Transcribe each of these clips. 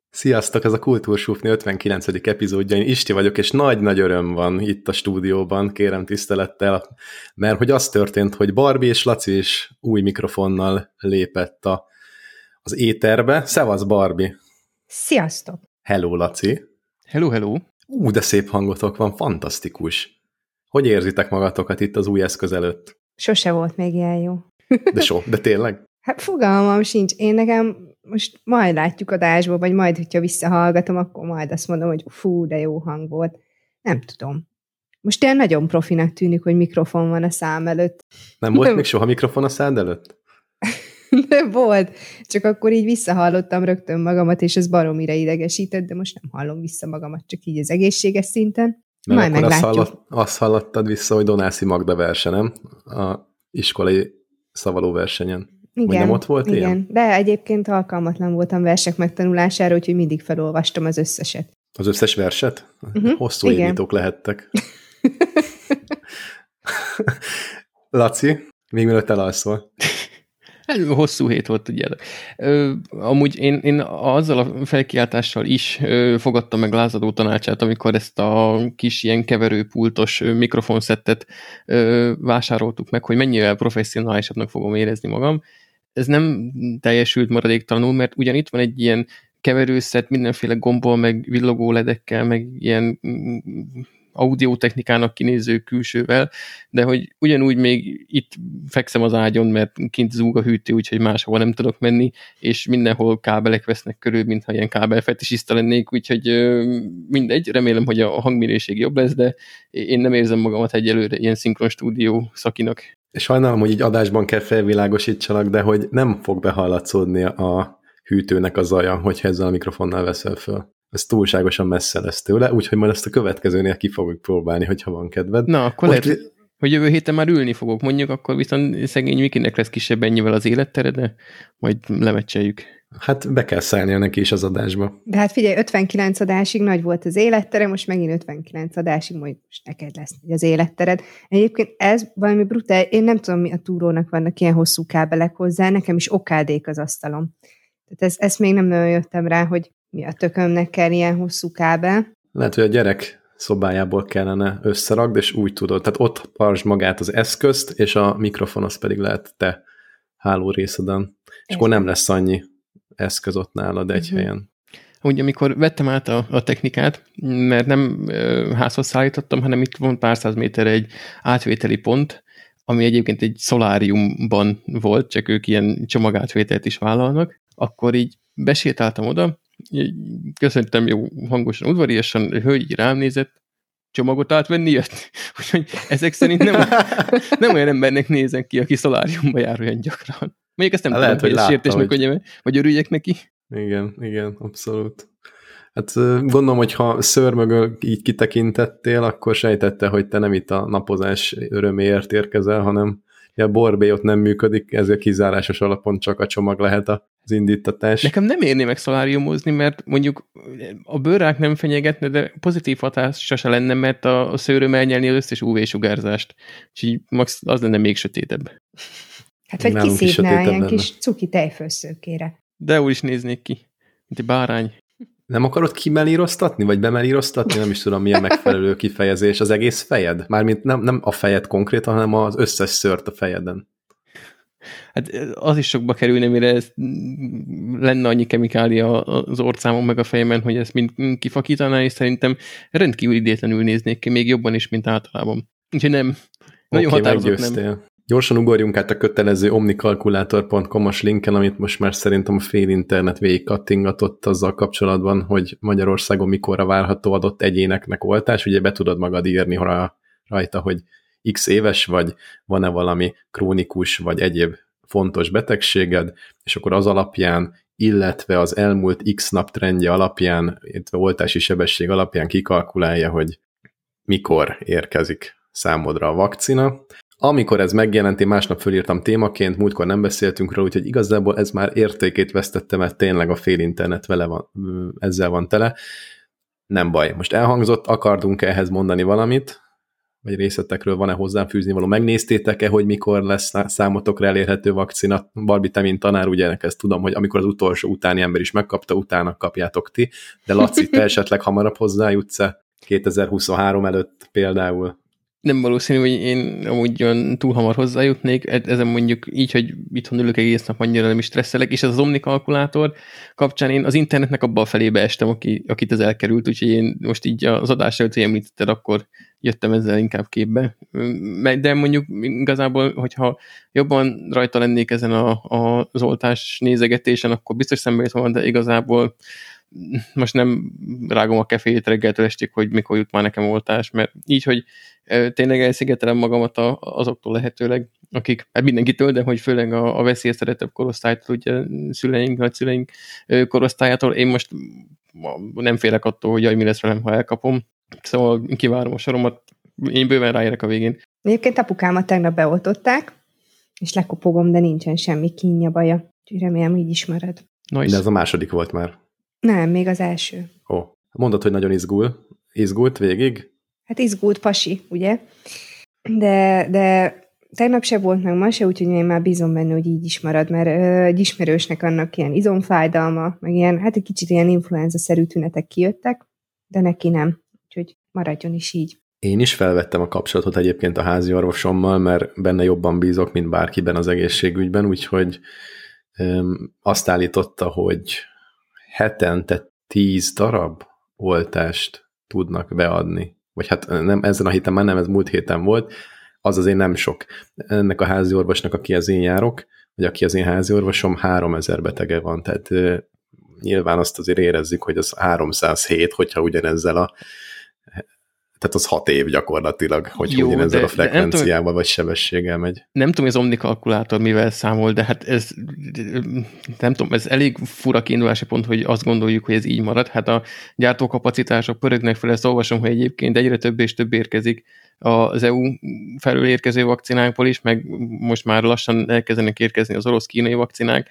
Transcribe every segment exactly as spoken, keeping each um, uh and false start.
Sziasztok, ez a Kultúrsúfni ötvenkilencedik epizódja, én Isti vagyok, és nagy-nagy öröm van itt a stúdióban, kérem tisztelettel, mert hogy az történt, hogy Barbi és Laci is új mikrofonnal lépett a, az éterbe. Szevasz, Barbi! Sziasztok! Hello, Laci! Hello, hello! Ú, de szép hangotok van, fantasztikus! Hogy érzitek magatokat itt az új eszköz előtt? Sose volt még ilyen jó. De so, de tényleg? Hát fogalmam sincs. Én nekem most majd látjuk adásból, vagy majd, hogyha visszahallgatom, akkor majd azt mondom, hogy fú, de jó hang volt. Nem tudom. Most ilyen nagyon profinak tűnik, hogy mikrofon van a szám előtt. Nem volt még soha mikrofon a szád előtt? Nem volt. Csak akkor így visszahallottam rögtön magamat, és ez baromira idegesített, de most nem hallom vissza magamat, csak így az egészséges szinten. Mert majd akkor meglátjuk. azt, hallott, azt hallottad vissza, hogy Donászi Magda verse, nem? A iskolai szavaló versenyen. Igen, nem ott volt igen. ilyen? De egyébként alkalmatlan voltam versek megtanulására, úgyhogy mindig felolvastam az összeset. Az összes verset? Uh-huh, Hosszú igen. évnyitók lehettek. Laci, még mielőtt elalszol. Hosszú hét volt, ugye. Ö, amúgy én, én azzal a felkiáltással is ö, fogadtam meg lázadó tanácsát, amikor ezt a kis ilyen keverőpultos ö, mikrofonszettet ö, vásároltuk meg, hogy mennyire professzionálisabbnak fogom érezni magam. Ez nem teljesült maradéktalanul, mert ugyan itt van egy ilyen keverőszett, mindenféle gombbal, meg villogó ledekkel, meg ilyen audiótechnikának kinéző külsővel, de hogy ugyanúgy még itt fekszem az ágyon, mert kint zúg a hűtő, úgyhogy máshova nem tudok menni, és mindenhol kábelek vesznek körül, mintha ilyen kábelfetisista lennék, úgyhogy mindegy, remélem, hogy a hangminőség jobb lesz, de én nem érzem magamat egyelőre ilyen szinkron stúdió szakinak. Sajnálom, hogy így adásban kell felvilágosítsanak, de hogy nem fog behallatszódni a hűtőnek a zaja, hogyha ezzel a mikrofonnal veszel föl. Ez túlságosan messze lesz tőle, úgyhogy majd ezt a következőnél ki fogjuk próbálni, hogyha van kedved. Na, akkor Most lehet, li- hogy jövő héten már ülni fogok, mondjuk, akkor viszont szegény Mikinek lesz kisebb ennyivel az élettere, de majd lemecseljük. Hát be kell szállnia neki is az adásba. De hát figyelj, ötvenkilenc adásig nagy volt az élettere, most megint ötvenkilenc adásig, majd most neked lesz az élettered. Egyébként ez valami brutál, én nem tudom, mi a túrónak vannak ilyen hosszú kábelek hozzá, nekem is okádék az asztalom. Tehát ez, ezt még nem nagyon jöttem rá, hogy mi a tökömnek kell ilyen hosszú kábel. Lehet, hogy a gyerek szobájából kellene összerakd, és úgy tudod. Tehát ott tartsd magát az eszközt, és a mikrofon az pedig lehet te hálórészeden. És akkor nem lesz annyi eszköz ott nálad egy uh-huh. helyen. Úgy, amikor vettem át a, a technikát, mert nem ö, házhoz szállítottam, hanem itt van pár száz méterre egy átvételi pont, ami egyébként egy szoláriumban volt, csak ők ilyen csomagátvételt is vállalnak, akkor így besétáltam oda, köszöntem jó hangosan, udvariasan, a hölgy rám nézett, csomagot átvenni jött. Úgyhogy ezek szerint nem, nem olyan embernek nézek ki, aki szoláriumba jár olyan gyakran. Mondjuk ezt nem lehet, tudom, hogy ez sértés hogy... megkönnyem, vagy örüljek neki. Igen, igen, abszolút. Hát gondolom, hogy ha szőr mögül így kitekintettél, akkor sejtette, hogy te nem itt a napozás öröméért érkezel, hanem a borbély ott nem működik, ezért kizárásos alapon csak a csomag lehet az indítatás. Nekem nem érné meg szoláriumozni, mert mondjuk a bőrrák nem fenyegetne, de pozitív hatása se lenne, mert a szőröm elnyelni az összes ú vé-sugárzást. Úgyhogy max az lenne még sötétebb. Hát vagy kiszívnál ilyen kis cuki tejfölszőkére. De úgy is néznék ki, mint egy bárány. Nem akarod kimelíroztatni, vagy bemelíroztatni? Nem is tudom, milyen megfelelő kifejezés. Az egész fejed? Mármint nem, nem a fejed konkrétan, hanem az összes szőrt a fejeden. Hát az is sokba kerülne, mire ez lenne annyi kemikália az orcámon meg a fejemen, hogy ezt mind kifakítaná, és szerintem rendkívül idétlenül néznék ki, még jobban is, mint általában. Úgyhogy nem. Nagyon okay, határozott nem. Gyorsan ugorjunk át a kötelező omnikalkulátor pont com-os linken, amit most már szerintem a fél internet végig kattingatott azzal kapcsolatban, hogy Magyarországon mikorra várható adott egyéneknek oltás. Ugye be tudod magad írni rajta, hogy x éves vagy, van-e valami krónikus vagy egyéb fontos betegséged, és akkor az alapján, illetve az elmúlt x nap trendje alapján, illetve oltási sebesség alapján kikalkulálja, hogy mikor érkezik számodra a vakcina. Amikor ez megjelent, én másnap fölírtam témaként, múltkor nem beszéltünk róla, úgyhogy igazából ez már értékét vesztette, mert tényleg a fél internet vele van, ezzel van tele. Nem baj. Most elhangzott, akartunk ehhez mondani valamit? vagy részletekről van-e hozzáfűzni való? Megnéztétek-e, hogy mikor lesz számotokra elérhető vakcina? Barbie, te, mint tanár, ugye ezt tudom, hogy amikor az utolsó utáni ember is megkapta, utána kapjátok ti, de Laci, te esetleg hamarabb hozzájutsz-e kétezer-huszonhárom előtt például? Nem valószínű, hogy én amúgy olyan túl hamar hozzájutnék, ezen mondjuk így, hogy itthon ülök egész nap, annyira nem is stresszelek, és ez az Omni kalkulátor kapcsán én az internetnek abban a felébe estem, aki, akit ez elkerült, úgyhogy én most így az adás előtt, hogy említetted, akkor jöttem ezzel inkább képbe. De mondjuk igazából, hogyha jobban rajta lennék ezen a, a, az oltás nézegetésen, akkor biztos szembe jött volna, de igazából most nem rágom a kefét reggeltől estig, hogy mikor jut már nekem oltás, mert így, hogy tényleg elszigetelem magamat a, azoktól lehetőleg, akik, hát mindenkitől, de hogy főleg a, a veszélyeztetettebb korosztálytól, ugye szüleink, nagyszüleink korosztályától, én most nem félek attól, hogy jaj, mi lesz velem, ha elkapom. Szóval kivárom a soromat, én bőven ráérek a végén. Egyébként apukámat tegnap beoltották, és lekopogom, de nincsen semmi kínja baja. Úgyhogy remélem, így is marad. Nice. De ez a második volt már. Nem, még az első. Ó, mondod, hogy nagyon izgul. Izgult végig? Hát izgult pasi, ugye? De, de tegnap se volt meg ma se, úgyhogy én már bízom benne, hogy így is marad, mert ö, egy ismerősnek annak ilyen izomfájdalma, meg ilyen, hát egy kicsit ilyen influenza-szerű tünetek kijöttek, de neki nem. Úgyhogy maradjon is így. Én is felvettem a kapcsolatot egyébként a házi orvosommal, mert benne jobban bízok, mint bárkiben az egészségügyben, úgyhogy öm, azt állította, hogy hetente tíz darab oltást tudnak beadni. Vagy hát nem ezen a héten már nem, ez múlt héten volt, az azért nem sok. Ennek a házi orvosnak, aki az én járok, vagy aki az én házi orvosom, háromezer betege van, tehát uh, nyilván azt azért érezzük, hogy az háromszázhét, hogyha ugyanezzel a tehát az hat év gyakorlatilag, hogy jó, ugyanezzel de, a frekvenciával vagy sebességgel megy. Nem tudom, hogy az Omni kalkulátor mivel számol, de hát ez nem tudom, ez elég fura kiindulási pont, hogy azt gondoljuk, hogy ez így marad. Hát a gyártókapacitások pörögnek fel, ezt olvasom, hogy egyébként egyre több és több érkezik az é u felül érkező vakcinákból is, meg most már lassan elkezdenek érkezni az orosz-kínai vakcinák.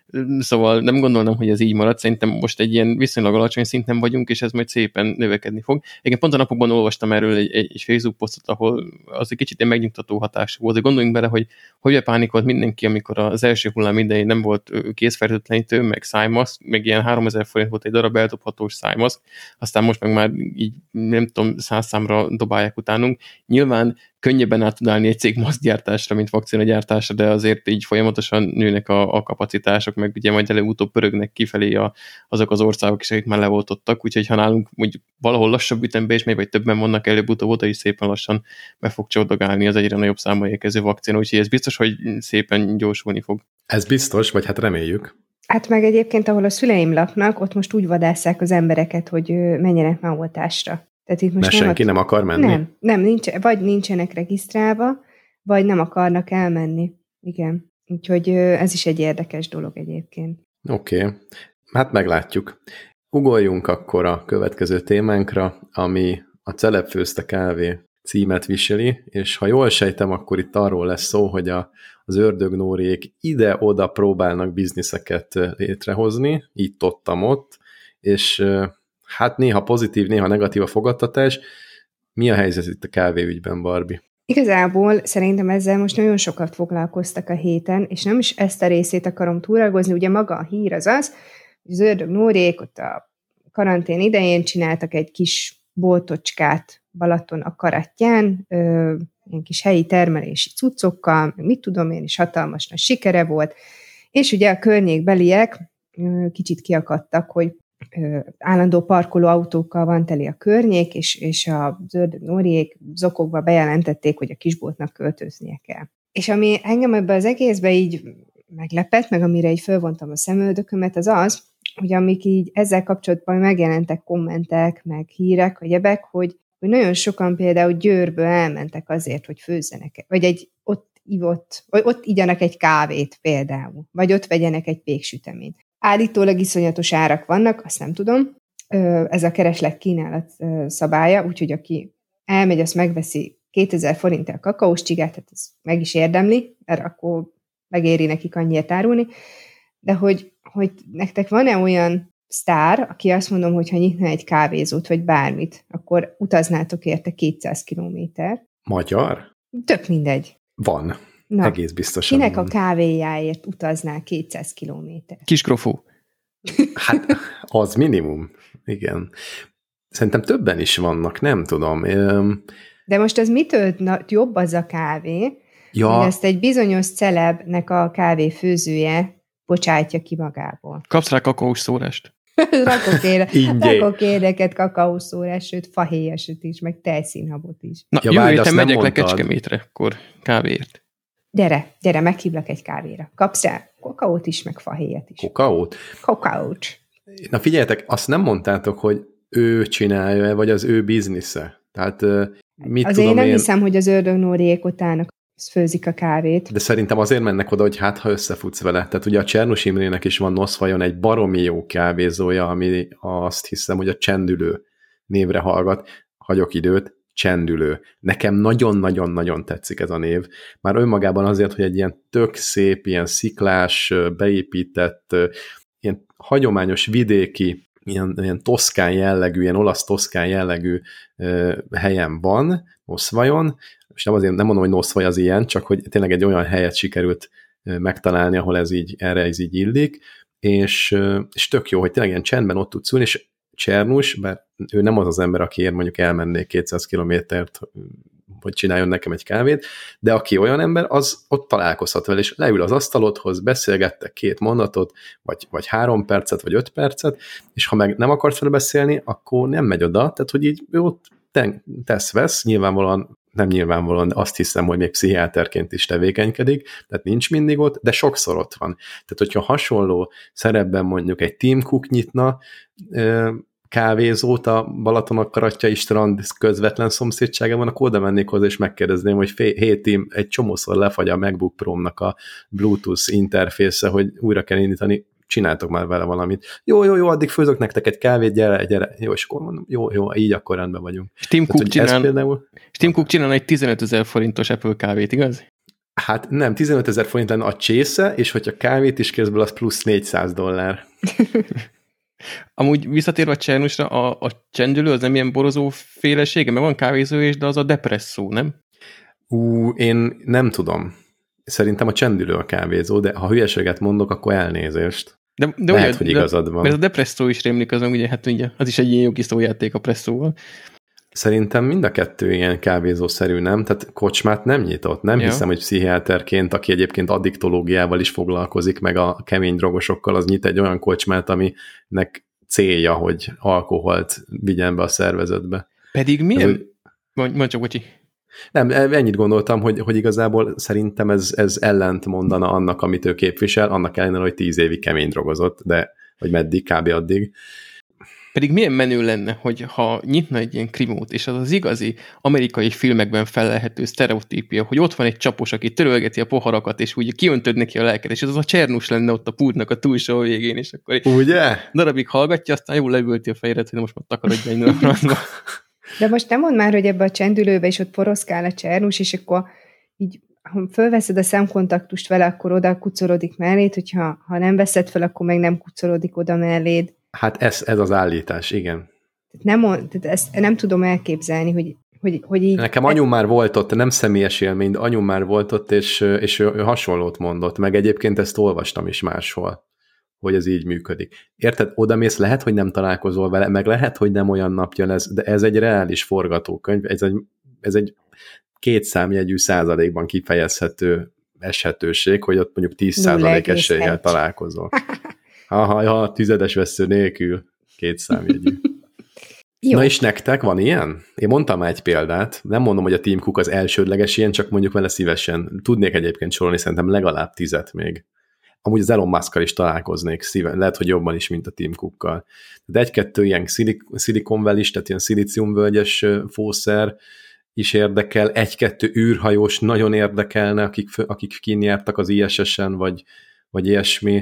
Szóval nem gondolom, hogy ez így marad. Szerintem most egy ilyen viszonylag alacsony szinten vagyunk, és ez majd szépen növekedni fog. Igen, pont a napokban olvastam erről egy, egy Facebook posztot, ahol az egy kicsit egy megnyugtató hatású volt. De gondoljunk bele, hogy hogy pánika mindenki, amikor az első hullám idején nem volt kézfertőtlenítő, meg szájmaszk, meg ilyen háromezer forint volt egy darab eldobhatós szájmaszk, aztán most meg már így nem tudom, száz számra dobálják utánunk. Nyilván könnyebben át tud állni egy cég maszkgyártásra, mint vakcinagyártásra, de azért így folyamatosan nőnek a, a kapacitások, meg ugye majd előbb-utóbb pörögnek kifelé a, azok az országok is, akik már leoltottak, úgyhogy ha nálunk mondjuk valahol lassabb ütembe is megy, vagy többen vannak előbb-utóbb, oda is szépen lassan be fog csordogálni az egyre nagyobb számba érkező vakcina, úgyhogy ez biztos, hogy szépen gyorsulni fog. Ez biztos, vagy hát reméljük. Hát meg egyébként, ahol a szüleim laknak, ott most úgy vadásszák az embereket, hogy menjenek már oltásra. Tehát itt most mert nem senki ad... nem akar menni? Nem, nem nincs, vagy nincsenek regisztrálva, vagy nem akarnak elmenni. Igen. Úgyhogy ez is egy érdekes dolog egyébként. Oké, okay. Hát meglátjuk. Ugorjunk akkor a következő témánkra, ami a Celeb főzte kávé címet viseli, és ha jól sejtem, akkor itt arról lesz szó, hogy a, az ördögnóriék ide-oda próbálnak bizniszeket létrehozni, itt-ottam ott, és hát néha pozitív, néha negatív a fogadtatás. Mi a helyzet itt a kávéügyben, Barbie? Igazából szerintem ezzel most nagyon sokat foglalkoztak a héten, és nem is ezt a részét akarom túragozni, ugye maga a hír az az, hogy az ördögnóriék ott a karantén idején csináltak egy kis boltocskát Balaton a Karattyán, ö, ilyen kis helyi termelési cuccokkal, mit tudom én, is hatalmas nagy sikere volt, és ugye a környékbeliek ö, kicsit kiakadtak, hogy ö, állandó parkoló autókkal van teli a környék, és, és az ördögnóriék zokogva bejelentették, hogy a kisboltnak költöznie kell. És ami engem ebben az egészben így meglepett, meg amire így fölvontam a szemöldökömet, az az, hogy amik így ezzel kapcsolatban megjelentek kommentek, meg hírek, vagy ebek, hogy, hogy nagyon sokan például Győrből elmentek azért, hogy főzzenek, vagy egy ott ivott, vagy ott igyanak egy kávét például, vagy ott vegyenek egy péksüteményt. Állítólag iszonyatos árak vannak, azt nem tudom, ez a kereslet kínálat szabálya, úgyhogy aki elmegy, azt megveszi kétezer forinttal kakaós csigát, tehát ez meg is érdemli, mert akkor megéri nekik annyiért árulni, de hogy, hogy nektek van-e olyan sztár, aki azt mondom, hogy ha nyitna egy kávézót, vagy bármit, akkor utaznátok érte kétszáz kilométer. Magyar? Tök mindegy. Van. Na, egész biztosan kinek van. a kávéjáért utaznál kétszáz kilométer? Kiskrofó. Hát, az minimum. Igen. Szerintem többen is vannak, nem tudom. De most ez mitől na, jobb az a kávé, ja. hogy ezt egy bizonyos celebnek a kávéfőzője bocsátja ki magából. Kapsz rá kakaós szórást. Rakok, ére, rakok érdeket, kakaós szórás, sőt, fahéjaset is, meg tejszínhabot is. Na, ja, jövő héten megyek le Kecskemétre, akkor kávéért. Gyere, gyere, meghívlak egy kávéra. Kapsz rá kakaót is, meg fahéjat is. Kakaót? Kakaót. Na figyeljetek, azt nem mondtátok, hogy ő csinálja-e, vagy az ő biznisze. Tehát mit azért tudom nem én... hiszem, hogy az Ördög Nóriék utának főzik a kávét. De szerintem azért mennek oda, hogy hát, ha összefutsz vele. Tehát ugye a Csernus Imrének is van Noszvajon egy baromi jó kávézója, ami azt hiszem, hogy a Csendülő névre hallgat. Hagyok időt. Csendülő. Nekem nagyon-nagyon-nagyon tetszik ez a név. Már önmagában azért, hogy egy ilyen tök szép, ilyen sziklás, beépített, ilyen hagyományos vidéki, ilyen, ilyen toszkán jellegű, ilyen olasz toszkán jellegű helyen van, Noszvajon, és nem azért nem mondom, hogy Noszvaj az ilyen, csak hogy tényleg egy olyan helyet sikerült megtalálni, ahol ez így, erre ez így illik, és, és tök jó, hogy tényleg ilyen csendben ott tudsz ülni, és Csernus, bár ő nem az az ember, akiért mondjuk elmennék kétszáz kilométert, hogy csináljon nekem egy kávét, de aki olyan ember, az ott találkozhat vele, és leül az asztalodhoz, beszélgettek két mondatot, vagy, vagy három percet, vagy öt percet, és ha meg nem akarsz vele beszélni, akkor nem megy oda, tehát hogy így ő ott tesz-vesz, nyilvánvalóan nem nyilvánvalóan, de azt hiszem, hogy még pszichiáterként is tevékenykedik, tehát nincs mindig ott, de sokszor ott van. Tehát, hogyha hasonló szerepben mondjuk egy Tim Cook nyitna kávézót a Balaton-Karattyai strand közvetlen szomszédságában, akkor oda mennék hozzá, és megkérdezném, hogy hé Tim, egy csomószor lefagy a MacBook Pro-nak a Bluetooth interfésze, hogy újra kell indítani, csináltok már vele valamit. Jó, jó, jó, addig főzök nektek egy kávét, gyere, gyere. Jó, és akkor mondom, jó, jó, így akkor rendben vagyunk. Tim Cook Tehát, csinál, például... Tim Cook csinál egy tizenötezer forintos Apple kávét, igaz? Hát nem, tizenötezer forint lenne a csésze, és hogyha kávét is kész, az plusz négyszáz dollár. Amúgy visszatérve a Csernusra, a, a Csendülő az nem ilyen borozó félesége, mert van kávézó is, de az a depresszó, nem? Ú, én nem tudom. Szerintem a Csendülő a kávézó, de ha hülyeséget mondok, akkor elnézést. De, de lehet, ugye, hogy igazad van. Mert a depresszó is rémlik azon, ugye, hát ugye, az is egy ilyen jogi szójáték a presszóval. Szerintem mind a kettő ilyen kávézószerű, nem? Tehát kocsmát nem nyitott. Nem ja. hiszem, hogy pszichiáterként, aki egyébként addiktológiával is foglalkozik, meg a kemény drogosokkal, az nyit egy olyan kocsmát, aminek célja, hogy alkoholt vigyen be a szervezetbe. Pedig milyen? Ez, mondj, mondj csak, bocsi. Nem, ennyit gondoltam, hogy, hogy igazából szerintem ez, ez ellent mondana annak, amit ő képvisel, annak ellenére, hogy tíz évig kemény drogozott, de hogy meddig, kb. Addig. Pedig milyen menő lenne, hogy ha nyitna egy ilyen krimót, és az az igazi amerikai filmekben fellelhető sztereotípia, hogy ott van egy csapos, aki törölgeti a poharakat, és úgy kiöntöd neki a lelket, és az a Csernus lenne ott a púdnak a túlsó végén, és akkor ugye? darabig hallgatja, aztán jól levülti a fejedet, hogy most már takarodj egy napra. De most nem mondd már, hogy ebbe a Csendülőbe is ott poroszkál a Csernus, és akkor így, ha fölveszed a szemkontaktust vele, akkor oda kucorodik melléd, hogyha ha nem veszed fel, akkor meg nem kucorodik oda melléd. Hát ez, ez az állítás, igen. Nem, tehát ezt nem tudom elképzelni, hogy, hogy, hogy így... Nekem anyum már volt ott, nem személyes élmény, de anyum már volt ott, és, és ő, ő hasonlót mondott, meg egyébként ezt olvastam is máshol, hogy ez így működik. Érted? Odamész, lehet, hogy nem találkozol vele, meg lehet, hogy nem olyan napja lesz, de ez egy reális forgatókönyv, ez egy, ez egy két számjegyű százalékban kifejezhető eshetőség, hogy ott mondjuk tíz százalék eséllyel találkozol. Aha, ja, tizedes vesző nélkül két számjegyű. Na és nektek van ilyen? Én mondtam egy példát, nem mondom, hogy a Tim Cook az elsődleges ilyen, csak mondjuk vele szívesen. Tudnék egyébként sorolni, szerintem legalább tizet még. Amúgy az Elon Muskkal is találkoznék szíven, lehet, hogy jobban is, mint a Tim Cookkal. De egy-kettő ilyen Silicon Valley is, tehát ilyen szilíciumvölgyes fószer is érdekel, egy-kettő űrhajós nagyon érdekelne, akik, akik kinyertek az I S S-en, vagy, vagy ilyesmi.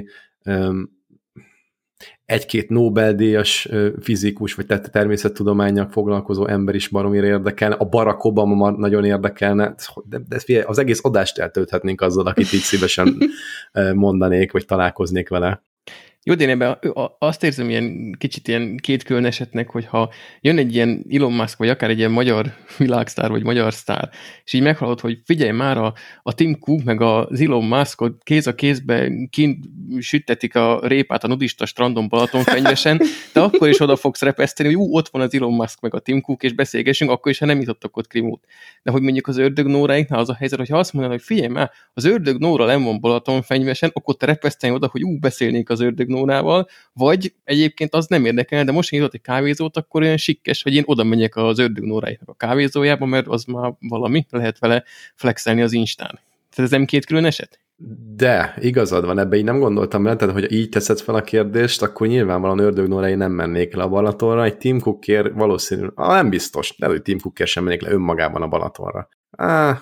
Egy-két Nobel-díjas fizikus, vagy természettudománnyal foglalkozó ember is baromira érdekelne, a Barack Obama nagyon érdekelne, de, de figyelj, az egész adást eltölthetnénk azzal, akit így szívesen mondanék, vagy találkoznék vele. Jó, de én ebben azt érzem ilyen kicsit ilyen kétkülön esetnek, hogyha jön egy ilyen Elon Musk, vagy akár egy ilyen magyar világsztár, vagy magyar sztár, és így meghallod, hogy figyelj már, a, a Tim Cook, meg az Elon Muskot kéz a kézbe kint süttetik a répát a nudista strandon Balatonfenyvesen, de akkor is oda fogsz repeszteni, hogy ú, ott van az Elon Musk, meg a Tim Cook, és beszélgessünk, akkor is, ha nem jutottak ott krimót. De hogy mondjuk az Ördög Nóráiknál az a helyzet, hogyha azt mondanak, hogy figyelj már, az Ördög Nóra nem van Balatonfenyvesen, akkor te repeszteni oda, hogy ú, beszélnék az Ördög Nórával, vagy egyébként az nem érdekel, de most nyitott egy kávézót, akkor olyan sikkes, hogy én oda menjek az Ördög Nóráiknak a kávézójába, mert az már valami, lehet vele flexelni az Instán. Tehát ez nem két külön eset? De, igazad van, ebbe így nem gondoltam bele, tehát hogy így teszed fel a kérdést, akkor nyilvánvalóan Ördög Nórái nem mennék le a Balatonra, egy Tim Cookért valószínűleg, ah, nem biztos, de hogy Tim Cookért sem mennék le önmagában a Balatonra. Ah,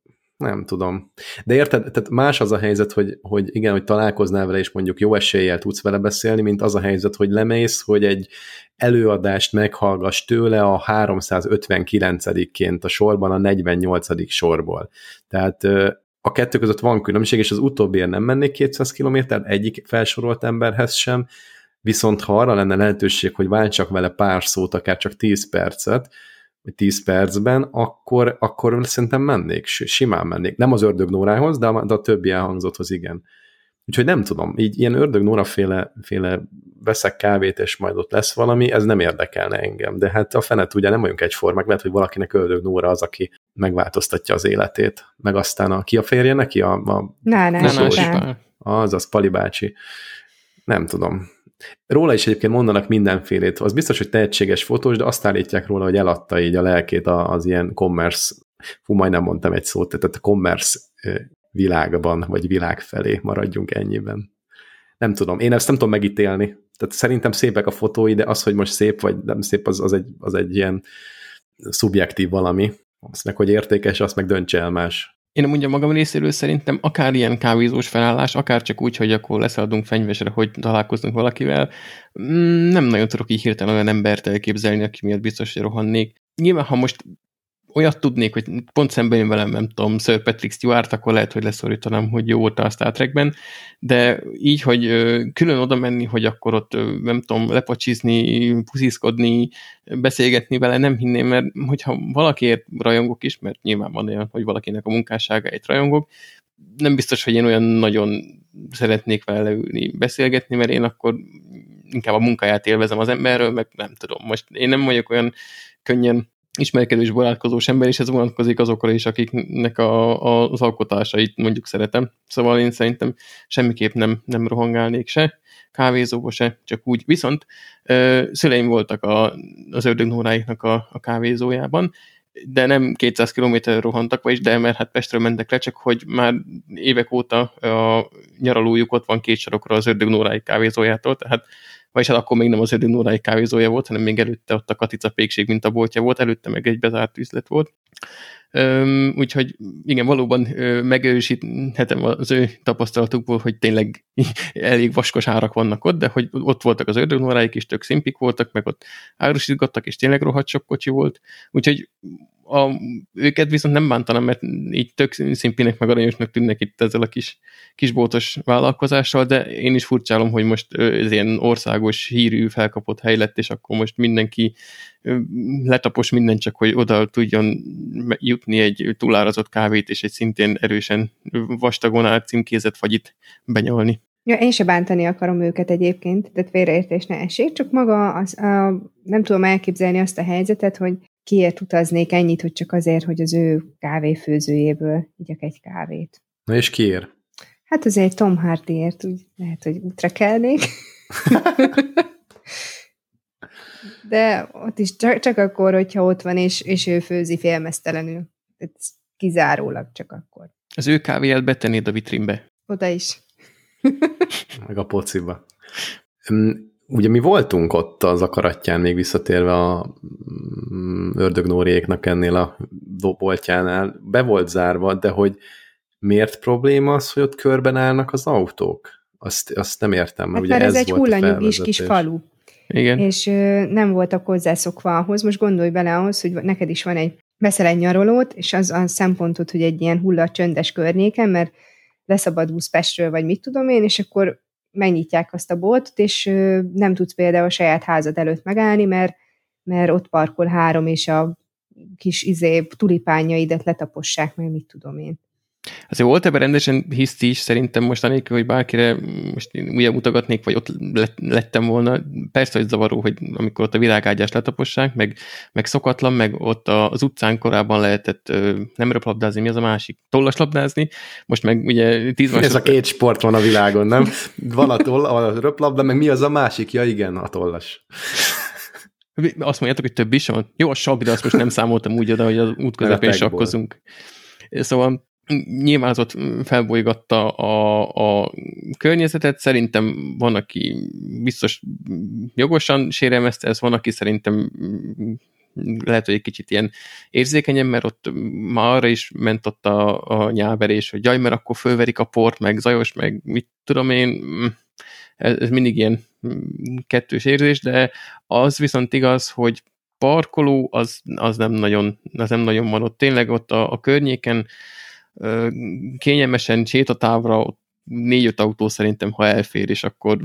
nem tudom. De érted, tehát más az a helyzet, hogy, hogy igen, hogy találkoznál vele, és mondjuk jó eséllyel tudsz vele beszélni, mint az a helyzet, hogy lemész, hogy egy előadást meghallgass tőle a háromszázötvenkilencedikként a sorban a negyvennyolcadik sorból. Tehát a kettő között van különbség, és az utóbbiért nem mennék kétszáz kilométert egyik felsorolt emberhez sem, viszont ha arra lenne lehetőség, hogy váltsak vele pár szót, akár csak tíz percet, vagy tíz percben, akkor, akkor szerintem mennék, simán mennék. Nem az Ördög Nórához, de a, de a többi elhangzotthoz igen. Úgyhogy nem tudom, így ilyen Ördög Nóra féle, féle veszek kávét, és majd ott lesz valami, ez nem érdekelne engem. De hát a fene tudja, nem vagyunk egyformák, lehet, hogy valakinek Ördög Nóra az, aki megváltoztatja az életét. Meg aztán a, ki a férje neki? A, a Nánás Pál. Az, az Pali bácsi. Nem tudom. Róla is egyébként mondanak mindenfélét. Az biztos, hogy tehetséges fotós, de azt állítják róla, hogy eladta így a lelkét az ilyen commerce, fú, majdnem mondtam egy szót, tehát a commerce világban, vagy világ felé maradjunk ennyiben. Nem tudom, én ezt nem tudom megítélni. Tehát szerintem szépek a fotói, de az, hogy most szép vagy nem szép, az, az, egy, az egy ilyen szubjektív valami. Azt meg, hogy értékes, azt meg döntse el más. Én mondjam magam részéről szerintem akár ilyen kávézós felállás, akár csak úgy, hogy akkor leszaladunk Fenyvesre, hogy találkozunk valakivel, nem nagyon tudok így hirtelen olyan embert elképzelni, aki miatt biztos, hogy rohannék. Nyilván, ha most olyat tudnék, hogy pont szemben jön velem, nem tudom, Sir Patrick Stewart, akkor lehet, hogy leszorítanám, hogy jó volt a Star Trekben, de így, hogy külön oda menni, hogy akkor ott, nem tudom, lepacsizni, pusziszkodni, beszélgetni vele, nem hinném, mert hogyha valakiért rajongok is, mert nyilván van olyan, hogy valakinek a munkásságáért rajongok, nem biztos, hogy én olyan nagyon szeretnék vele leülni, beszélgetni, mert én akkor inkább a munkáját élvezem az emberről, meg nem tudom, most én nem vagyok olyan könnyen ismerkedős, barátkozós ember, és ez vonatkozik azokra is, akiknek a, a, az alkotásait mondjuk szeretem. Szóval én szerintem semmiképp nem, nem rohangálnék se, kávézóba se, csak úgy. Viszont ö, szüleim voltak a, az Ördög Nóráiknak a, a kávézójában, de nem kétszáz kilométerre rohantak, vagyis de, mert hát Pestről mentek le, csak hogy már évek óta a nyaralójuk ott van két sarokra az Ördög Nóráik kávézójától, tehát vagyis hát akkor még nem az Ördög Nóráik kávézója volt, hanem még előtte ott a Katica Pékség mintaboltja volt, előtte meg egy bezárt üzlet volt. Üm, úgyhogy igen, valóban ö, megerősíthetem az ő tapasztalatukból, hogy tényleg elég vaskos árak vannak ott, de hogy ott voltak az Ördög Nóráik is, tök szimpik voltak, meg ott árusítgattak, és tényleg rohadt sok kocsi volt. Úgyhogy a, őket viszont nem bántanám, mert így tök szimpinek meg aranyosnak tűnnek itt ezzel a kis, kisboltos vállalkozással, de én is furcsálom, hogy most ez ilyen országos hírű felkapott hely lett, és akkor most mindenki letapos minden, csak hogy oda tudjon jutni egy túlárazott kávét, és egy szintén erősen vastagon át címkézett fagyit benyolni. Ja, én se bántani akarom őket egyébként, tehát félreértés ne essék, csak maga az, a, nem tudom elképzelni azt a helyzetet, hogy kiért utaznék ennyit, hogy csak azért, hogy az ő kávéfőzőjéből igyak egy kávét. Na és kiért? Hát azért Tom Hardyért, úgy lehet, hogy útra kelnék. De ott is csak, csak akkor, hogyha ott van, és, és ő főzi félmeztelenül. Ez kizárólag csak akkor. Az ő kávéját betennéd a vitrínbe. Oda is. Meg a pociba. Ugye mi voltunk ott az akaratján, még visszatérve a Ördög Nóriéknak ennél a boltjánál. Be volt zárva, de hogy miért probléma az, hogy ott körben állnak az autók? Azt, azt nem értem, mert hát ugye ez, ez egy hullanyugis kis falu. Igen. És ö, nem voltak hozzászokva ahhoz. Most gondolj bele ahhoz, hogy neked is van egy, veszel egy nyaralót, és az a szempontod, hogy egy ilyen hulla csöndes környéken, mert leszabadulsz Pestről, vagy mit tudom én, és akkor megnyitják azt a boltot, és nem tudsz például a saját házad előtt megállni, mert, mert ott parkol három, és a kis izé, tulipánjaidat letapossák, meg mit tudom én. Azért volt ebben rendesen hiszti is, szerintem most anélkül, hogy bárkire most újra mutogatnék, vagy ott lettem volna. Persze, hogy zavaró, hogy amikor ott a virágágyást letapossák, meg, meg szokatlan, meg ott az utcán korábban lehetett nem röplabdázni, mi az a másik? Tollaslabdázni, most meg ugye tíz másodperc... Ez a két sport van a világon, nem? Van a, toll, a röplabda, meg mi az a másik? Ja igen, a tollas. Azt mondjátok, hogy több is van? Jó, a sakk, de azt most nem számoltam úgy oda, hogy az út közepén sakkozunk. Szóval nyilván az ott felbolygatta a, a környezetet, szerintem van, aki biztos jogosan sérelmezte, ez van, aki szerintem lehet, hogy egy kicsit ilyen érzékenyen, mert ott már arra is ment ott a, a nyálverés, hogy jaj, mert akkor fölverik a port, meg zajos, meg mit tudom én, ez, ez mindig ilyen kettős érzés, de az viszont igaz, hogy parkoló, az, az, nem, nagyon, az nem nagyon van ott. Tényleg ott a, a környéken kényelmesen sétatávra négy-öt autó szerintem, ha elfér, és akkor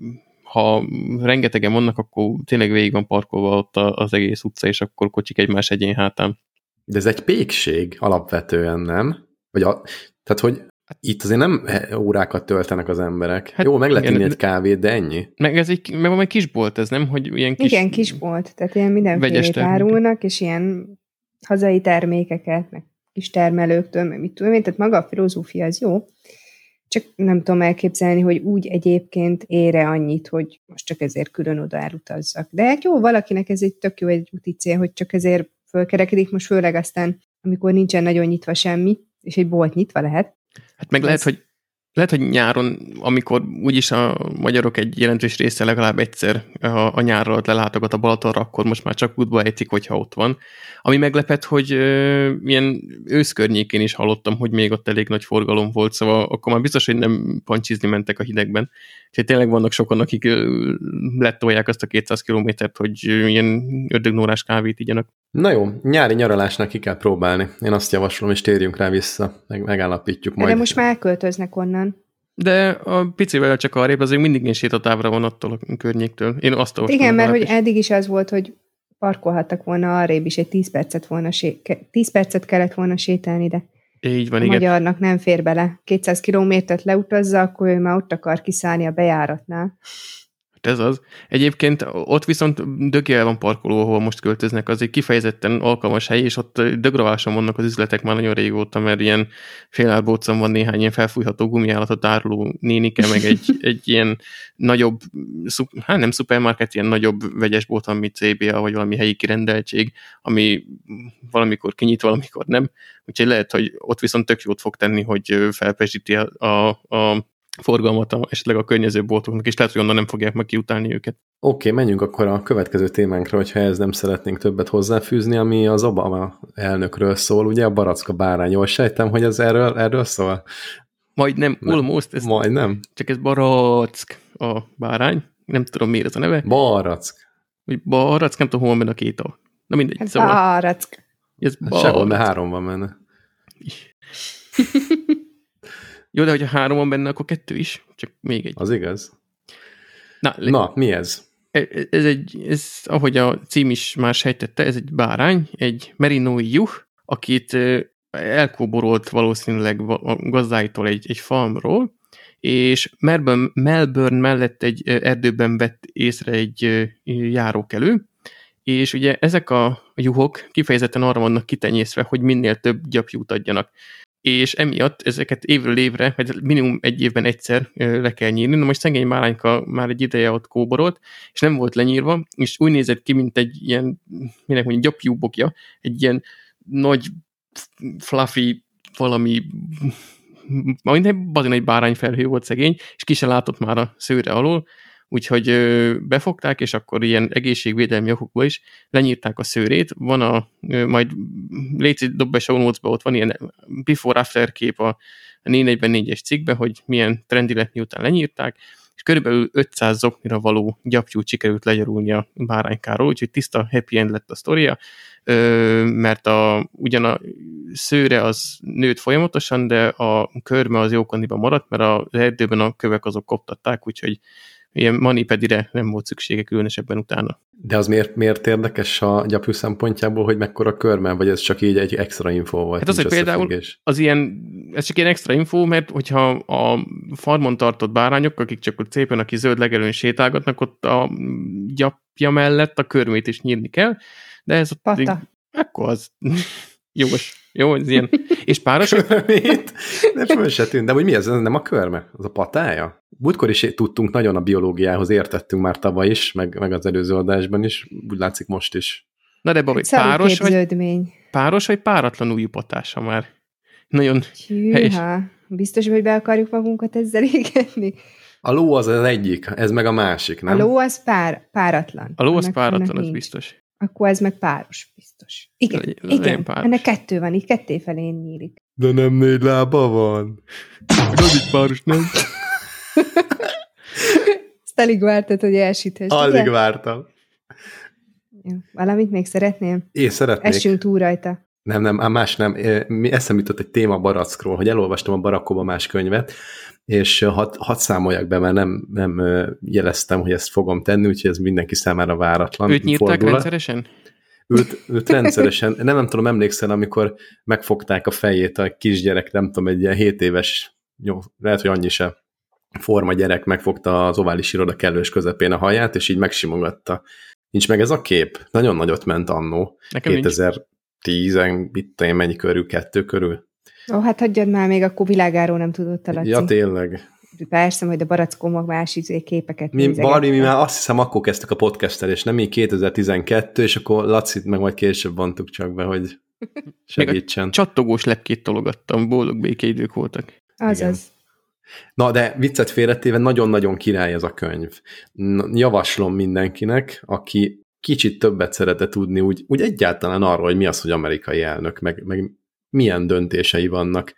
ha rengetegen vannak, akkor tényleg végig van parkolva ott az egész utca, és akkor kocsik egymás egyén hátán. De ez egy pékség alapvetően, nem? Vagy a, tehát, hogy itt azért nem órákat töltenek az emberek. Hát, jó, meg lehet inni egy kávét, de ennyi. Meg ez egy, meg van egy kisbolt, ez nem? Hogy ilyen kis... Igen, kisbolt, tehát ilyen mindenfélét árulnak, és ilyen hazai termékeket, meg kis termelőktől, meg mit tudom én, tehát maga a filozófia az jó, csak nem tudom elképzelni, hogy úgy egyébként ére annyit, hogy most csak ezért külön oda elutazzak. De hát jó, valakinek ez egy tök jó egy úti cél, hogy csak ezért fölkerekedik, most főleg aztán, amikor nincsen nagyon nyitva semmi, és egy bolt nyitva lehet. Hát meg lehet, hogy Lehet, hogy nyáron, amikor úgyis a magyarok egy jelentős része legalább egyszer a, a nyárral lelátogat a Balatonra, akkor most már csak útba ejtik, hogyha ott van. Ami meglepett, hogy ö, ilyen ősz környékén is hallottam, hogy még ott elég nagy forgalom volt, szóval akkor már biztos, hogy nem pancsizni mentek a hidegben. Úgyhogy tényleg vannak sokan, akik ö, lettolják azt a kétszáz kilométert, hogy ö, ilyen ördögnórás kávét igyanak. Na jó, nyári nyaralásnak ki kell próbálni. Én azt javaslom, és térjünk rá vissza, meg megállapítjuk majd. De most már elköltöznek onnan. De a picivel csak arrébb, azért mindig ilyen sétatávra van attól a környéktől. Én azt olvastam. Igen, mert hogy eddig is az volt, hogy parkolhattak volna arrébb is, egy tíz percet, volna sé- tíz percet kellett volna sétálni, de így van, a igen. magyarnak nem fér bele. kétszáz kilométert leutazza, akkor ő már ott akar kiszállni a bejáratnál. Ez az. Egyébként ott viszont dögével van parkoló, ahol most költöznek, az egy kifejezetten alkalmas hely, és ott dögraváson vannak az üzletek már nagyon régóta, mert ilyen félárbócon van néhány ilyen felfújható gumiállatot áruló nénike, meg egy, egy ilyen nagyobb, hát nem szupermarket, ilyen nagyobb vegyesbolt, ami cé bé á, vagy valami helyi kirendeltség, ami valamikor kinyit, valamikor nem. Úgyhogy lehet, hogy ott viszont tök jót fog tenni, hogy felpezsíti a, a, a forgalmat a, esetleg a környező boltoknak, és lehet, hogy onnan nem fogják meg kiutálni őket. Oké, okay, menjünk akkor a következő témánkra, hogyha ez nem szeretnénk többet hozzáfűzni, ami az Obama elnökről szól, ugye a baracka bárány. Jól sejtem, hogy ez erről, erről szól? Majdnem, nem, almost. Ez, majdnem. Csak ez barack a bárány. Nem tudom, miért ez a neve. Barack. Vagy barack, nem tudom, hol van a két A. Na mindegy. Ez szóval. Barack. Ez barack. Sehol, de három van benne. Jó, de hogyha három van benne, akkor kettő is, csak még egy. Az igaz. Na, le... Na mi ez? Ez egy, ez, ahogy a cím is már sejtette, ez egy bárány, egy merinói juh, akit elkóborolt valószínűleg a gazdáitól egy, egy farmról, és Melbourne, Melbourne mellett egy erdőben vett észre egy járókelő, és ugye ezek a juhok kifejezetten arra vannak kitenyészve, hogy minél több gyapjút adjanak. És emiatt ezeket évről évre, vagy minimum egy évben egyszer le kell nyírni. Na most szegény bárányka már egy ideje ott kóborolt, és nem volt lenyírva, és úgy nézett ki, mint egy ilyen, minek mondjuk, gyapjúbokja, egy ilyen nagy, fluffy, valami, minden bazin egy bárányfelhő volt szegény, és ki se látott már a szőre alól, úgyhogy befogták, és akkor ilyen egészségvédelmi okokból is lenyírták a szőrét. Van a, majd léci dob be show notes-ba, ott van ilyen before-after kép a négy negyvennégyes cikkben, hogy milyen trendi lett, miután lenyírták, és körülbelül ötszáz zoknira való gyapjút sikerült legyarulni a báránykáról, úgyhogy tiszta happy end lett a sztoria. mert a, ugyan a szőre az nőtt folyamatosan, de a körme az jókoniban maradt, mert az erdőben a kövek azok koptatták, úgyhogy ilyen manipedire nem volt szüksége különösebben utána. De az miért, miért érdekes a gyapjú szempontjából, hogy mekkora körme, vagy ez csak így egy extra info volt? Hát az, hogy például az ilyen, ez csak ilyen extra info, mert hogyha a farmon tartott bárányok, akik csak ott szépen, aki zöld legelőn sétálgatnak, ott a gyapja mellett a körmét is nyírni kell, de ez ott... Pata. Így, akkor az... Jogos. Jó, ez ilyen. És páros? Körmét? De föl se tűnt. De hogy mi ez? Ez nem a körme? Az a patája? Múltkor is tudtunk nagyon a biológiához, értettünk már tavaly is, meg, meg az előző adásban is. Úgy látszik most is. Na de Babi, páros vagy, páros vagy páratlan ujjúpatása már? Nagyon helyes. Biztos, hogy be akarjuk magunkat ezzel égetni? A ló az az egyik, ez meg a másik, nem? A ló az pár, páratlan. A ló az páratlan, az biztos. Akkor ez meg páros, biztos. Igen, le, le, igen. Ennek kettő van, így ketté felén nyílik. De nem négy lába van. Az így páros, nem? Ezt alig vártad, hogy elsüthess. Alig ugye? Vártam. Jó. Valamit még szeretnél? Én szeretnék. Essünk túl rajta. Nem, nem, más nem. Mi eszembe jutott egy téma Barackról, hogy elolvastam a Barack Obamás könyvet, és hadd had számoljak be, mert nem, nem jeleztem, hogy ezt fogom tenni, úgyhogy ez mindenki számára váratlan. Őt nyírták fordulat. Rendszeresen? Őt, őt rendszeresen. Nem, nem tudom, emlékszel, amikor megfogták a fejét a kisgyerek, nem tudom, egy ilyen hét éves, jó, lehet, hogy annyi se, forma gyerek megfogta az ovális iroda kellős közepén a haját, és így megsimogatta. Nincs meg ez a kép? Nagyon nagyot ment annó. Nekem kétezer-tíz, itt én mennyi körül, kettő körül. Ó, hát hagyjad már, még akkor világáról nem tudott a Laci. Ja, tényleg. Persze, majd a Barackómak más képeket mi, Barbie, mi már azt hiszem, akkor kezdtük a podcasttel, és nem még kétezer-tizenkettő, és akkor Lacit meg majd később vontuk csak be, hogy segítsen. Csattogós lepkét tologattam, boldog békeidők voltak. Azaz. Na, de viccet félretéve nagyon-nagyon király ez a könyv. Javaslom mindenkinek, aki kicsit többet szeretne tudni úgy, úgy egyáltalán arról, hogy mi az, hogy amerikai elnök, meg, meg milyen döntései vannak.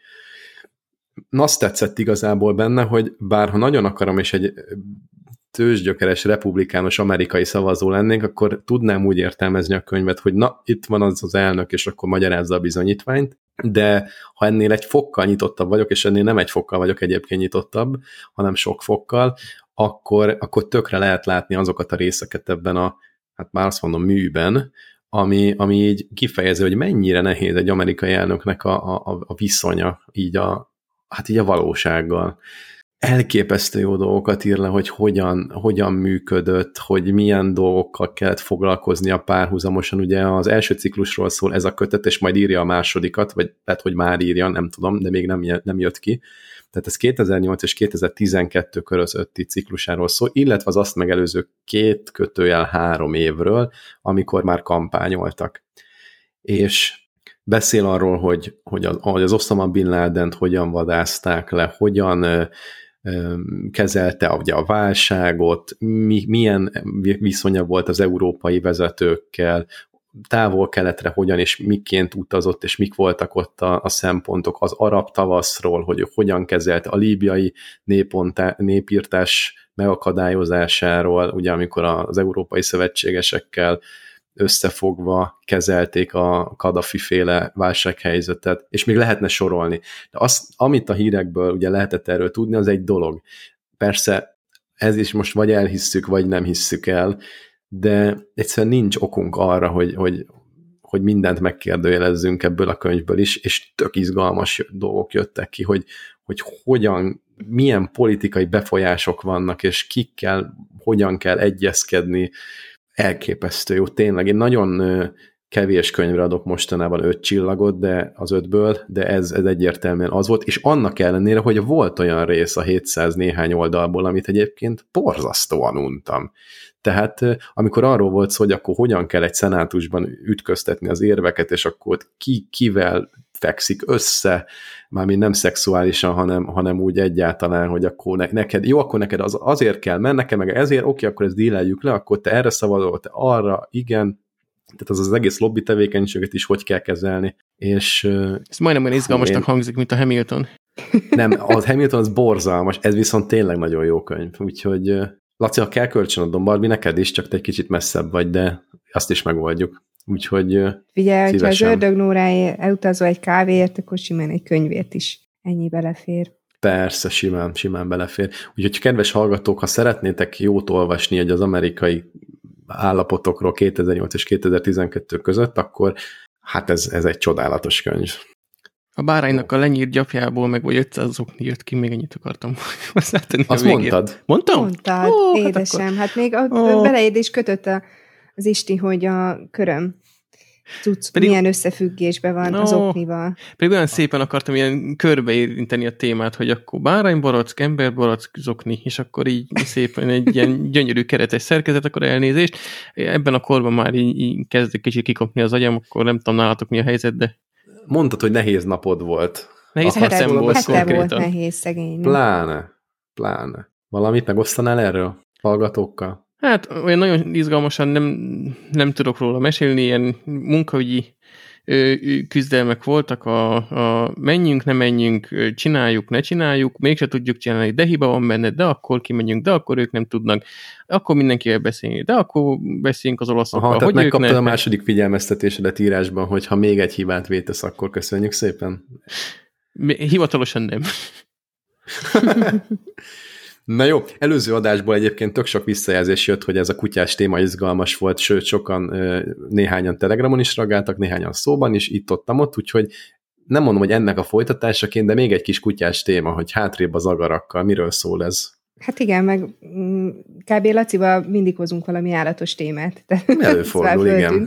Azt tetszett igazából benne, hogy bár ha nagyon akarom, és egy tőzsgyökeres republikánus amerikai szavazó lennénk, akkor tudnám úgy értelmezni a könyvet, hogy na, itt van az az elnök, és akkor magyarázza a bizonyítványt, de ha ennél egy fokkal nyitottabb vagyok, és ennél nem egy fokkal vagyok egyébként nyitottabb, hanem sok fokkal, akkor, akkor tökre lehet látni azokat a részeket ebben a, hát már azt mondom, műben, ami, ami így kifejező, hogy mennyire nehéz egy amerikai elnöknek a, a, a viszonya, így a, hát így a valósággal. Elképesztő jó dolgokat ír le, hogy hogyan, hogyan működött, hogy milyen dolgokkal kellett foglalkoznia párhuzamosan. Ugye az első ciklusról szól ez a kötet, és majd írja a másodikat, vagy lehet, hogy már írja, nem tudom, de még nem, nem jött ki. Tehát ez kétezer-nyolc és kétezer-tizenkettő közötti ciklusáról szól, illetve az azt megelőző két kötőjel három évről, amikor már kampányoltak. És beszél arról, hogy, hogy, az, hogy az Osama Bin Ladent hogyan vadázták le, hogyan ö, ö, kezelte ugye, a válságot, mi, milyen viszonya volt az európai vezetőkkel, távol-keletre hogyan és miként utazott, és mik voltak ott a, a szempontok, az arab tavaszról, hogy hogyan kezelte a líbiai népontá, népírtás megakadályozásáról, ugye amikor az európai szövetségesekkel összefogva kezelték a Kadhafi-féle válsághelyzetet, és még lehetne sorolni. De azt, amit a hírekből ugye lehetett erről tudni, az egy dolog. Persze ez is most vagy elhisszük, vagy nem hisszük el, de egyszerűen nincs okunk arra, hogy, hogy, hogy mindent megkérdőjelezzünk ebből a könyvből is, és tök izgalmas dolgok jöttek ki, hogy, hogy hogyan, milyen politikai befolyások vannak, és kikkel, hogyan kell egyezkedni. Elképesztő jó, tényleg. Én nagyon kevés könyvre adok mostanában öt csillagot, de az ötből, de ez, ez egyértelműen az volt, és annak ellenére, hogy volt olyan rész a hétszáz néhány oldalból, amit egyébként borzasztóan untam. Tehát amikor arról volt szó, hogy akkor hogyan kell egy szenátusban ütköztetni az érveket, és akkor ki kivel fekszik össze, mármint nem szexuálisan, hanem, hanem úgy egyáltalán, hogy akkor ne, neked, jó, akkor neked az, azért kell, mert nekem meg ezért, oké, akkor ezt díleljük le, akkor te erre szavazol, te arra, igen, tehát az az egész lobby tevékenységet is hogy kell kezelni. És, ez majdnem olyan izgalmasnak én... hangzik, mint a Hamilton. Nem, az Hamilton az borzalmas, ez viszont tényleg nagyon jó könyv, úgyhogy Laci, ha kell kölcsönadom, Barbie, neked is, csak te egy kicsit messzebb vagy, de azt is megoldjuk. úgyhogy Figyelj, hogyha az szívesen. ördög Nóráért elutazol egy kávéért, akkor simán egy könyvért is ennyi belefér. Persze, simán, simán belefér. Úgyhogy kedves hallgatók, ha szeretnétek jót olvasni hogy az amerikai állapotokról kétezer-nyolc és kétezer-tizenkettő között, akkor hát ez, ez egy csodálatos könyv. A báránynak a lenyírt gyapjából meg vagy ötszáz okni jött ki, még ennyit akartam hozzátenni. Azt mondtad? Mondtam? Mondtad, Ó, édesem. Hát, hát még a, Ó. beleid is kötött a, az Isti, hogy a köröm tudsz, Pedig- milyen összefüggésben van az Ó. oknival. Pedig olyan szépen akartam ilyen körbeérinteni a témát, hogy akkor báránybarack, emberbarack, zokni, és akkor így szépen egy ilyen gyönyörű keretes szerkezet, akkor elnézést. Ebben a korban már így, így kezdek kicsit kikopni az agyam, akkor nem tudom nálatok mi a helyzet, de Mondtad, hogy nehéz napod volt. nehéz Hete- hetem volt Hete volt konkrétan. nehéz, szegény. Pláne, pláne. Valamit megosztanál erről hallgatókkal? Hát olyan nagyon izgalmasan nem, nem tudok róla mesélni, ilyen munkaügyi ö, ö, küzdelmek voltak, a, a menjünk, ne menjünk, ö, csináljuk, ne csináljuk, mégse tudjuk csinálni, de hiba van benne, de akkor kimegyünk, de akkor ők nem tudnak, akkor mindenkivel beszélni, de akkor beszéljünk az olaszokkal, Aha, tehát hogy ők megkaptad ne... a második figyelmeztetésedet írásban, hogy ha még egy hibát vétesz, akkor köszönjük szépen. Hivatalosan nem. Na jó, előző adásból egyébként tök sok visszajelzés jött, hogy ez a kutyás téma izgalmas volt, sőt, sokan, néhányan Telegramon is reagáltak, néhányan szóban is, itt-ott, ott, úgyhogy nem mondom, hogy ennek a folytatásaként, de még egy kis kutyás téma, hogy hátrébb az agarakkal. Miről szól ez? Hát igen, meg mm, kb. Lacival mindig hozunk valami állatos témát. Előfordul, igen.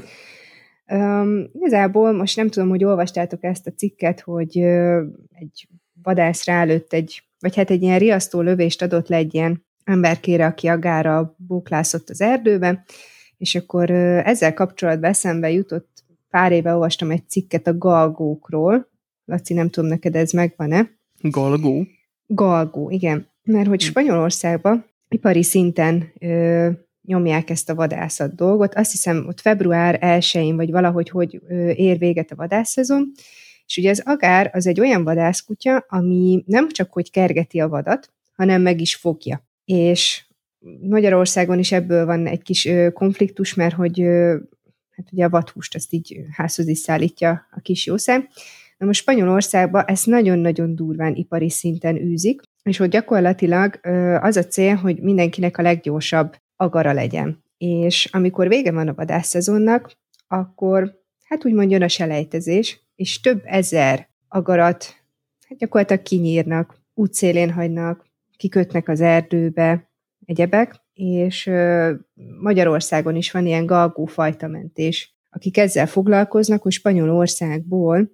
Um, igazából most nem tudom, hogy olvastátok ezt a cikket, hogy uh, egy vadász rálőtt egy, vagy hát egy ilyen riasztó lövést adott le egy ilyen emberkére, aki agára bóklászott az erdőbe, és akkor uh, ezzel kapcsolatban eszembe jutott, pár éve olvastam egy cikket a galgókról. Laci, nem tudom, neked ez megvan-e? Galgó? Galgó, igen. Mert hogy Spanyolországban ipari szinten ö, nyomják ezt a vadászat dolgot. Azt hiszem, ott február elsején, vagy valahogy hogy ö, ér véget a vadászszezon, és ugye az agár az egy olyan vadászkutya, ami nem csak hogy kergeti a vadat, hanem meg is fogja. És Magyarországon is ebből van egy kis ö, konfliktus, mert hogy ö, hát ugye a vadhúst azt így házhoz is szállítja a kis jószág. Na most Spanyolországban ezt nagyon-nagyon durván ipari szinten űzik, és hogy gyakorlatilag az a cél, hogy mindenkinek a leggyorsabb agara legyen. És amikor vége van a vadászszezonnak, akkor hát úgymond jön a selejtezés, és több ezer agarat hát gyakorlatilag kinyírnak, útszélén hagynak, kikötnek az erdőbe, egyebek, és Magyarországon is van ilyen galgó fajtamentés, akik ezzel foglalkoznak, hogy Spanyolországból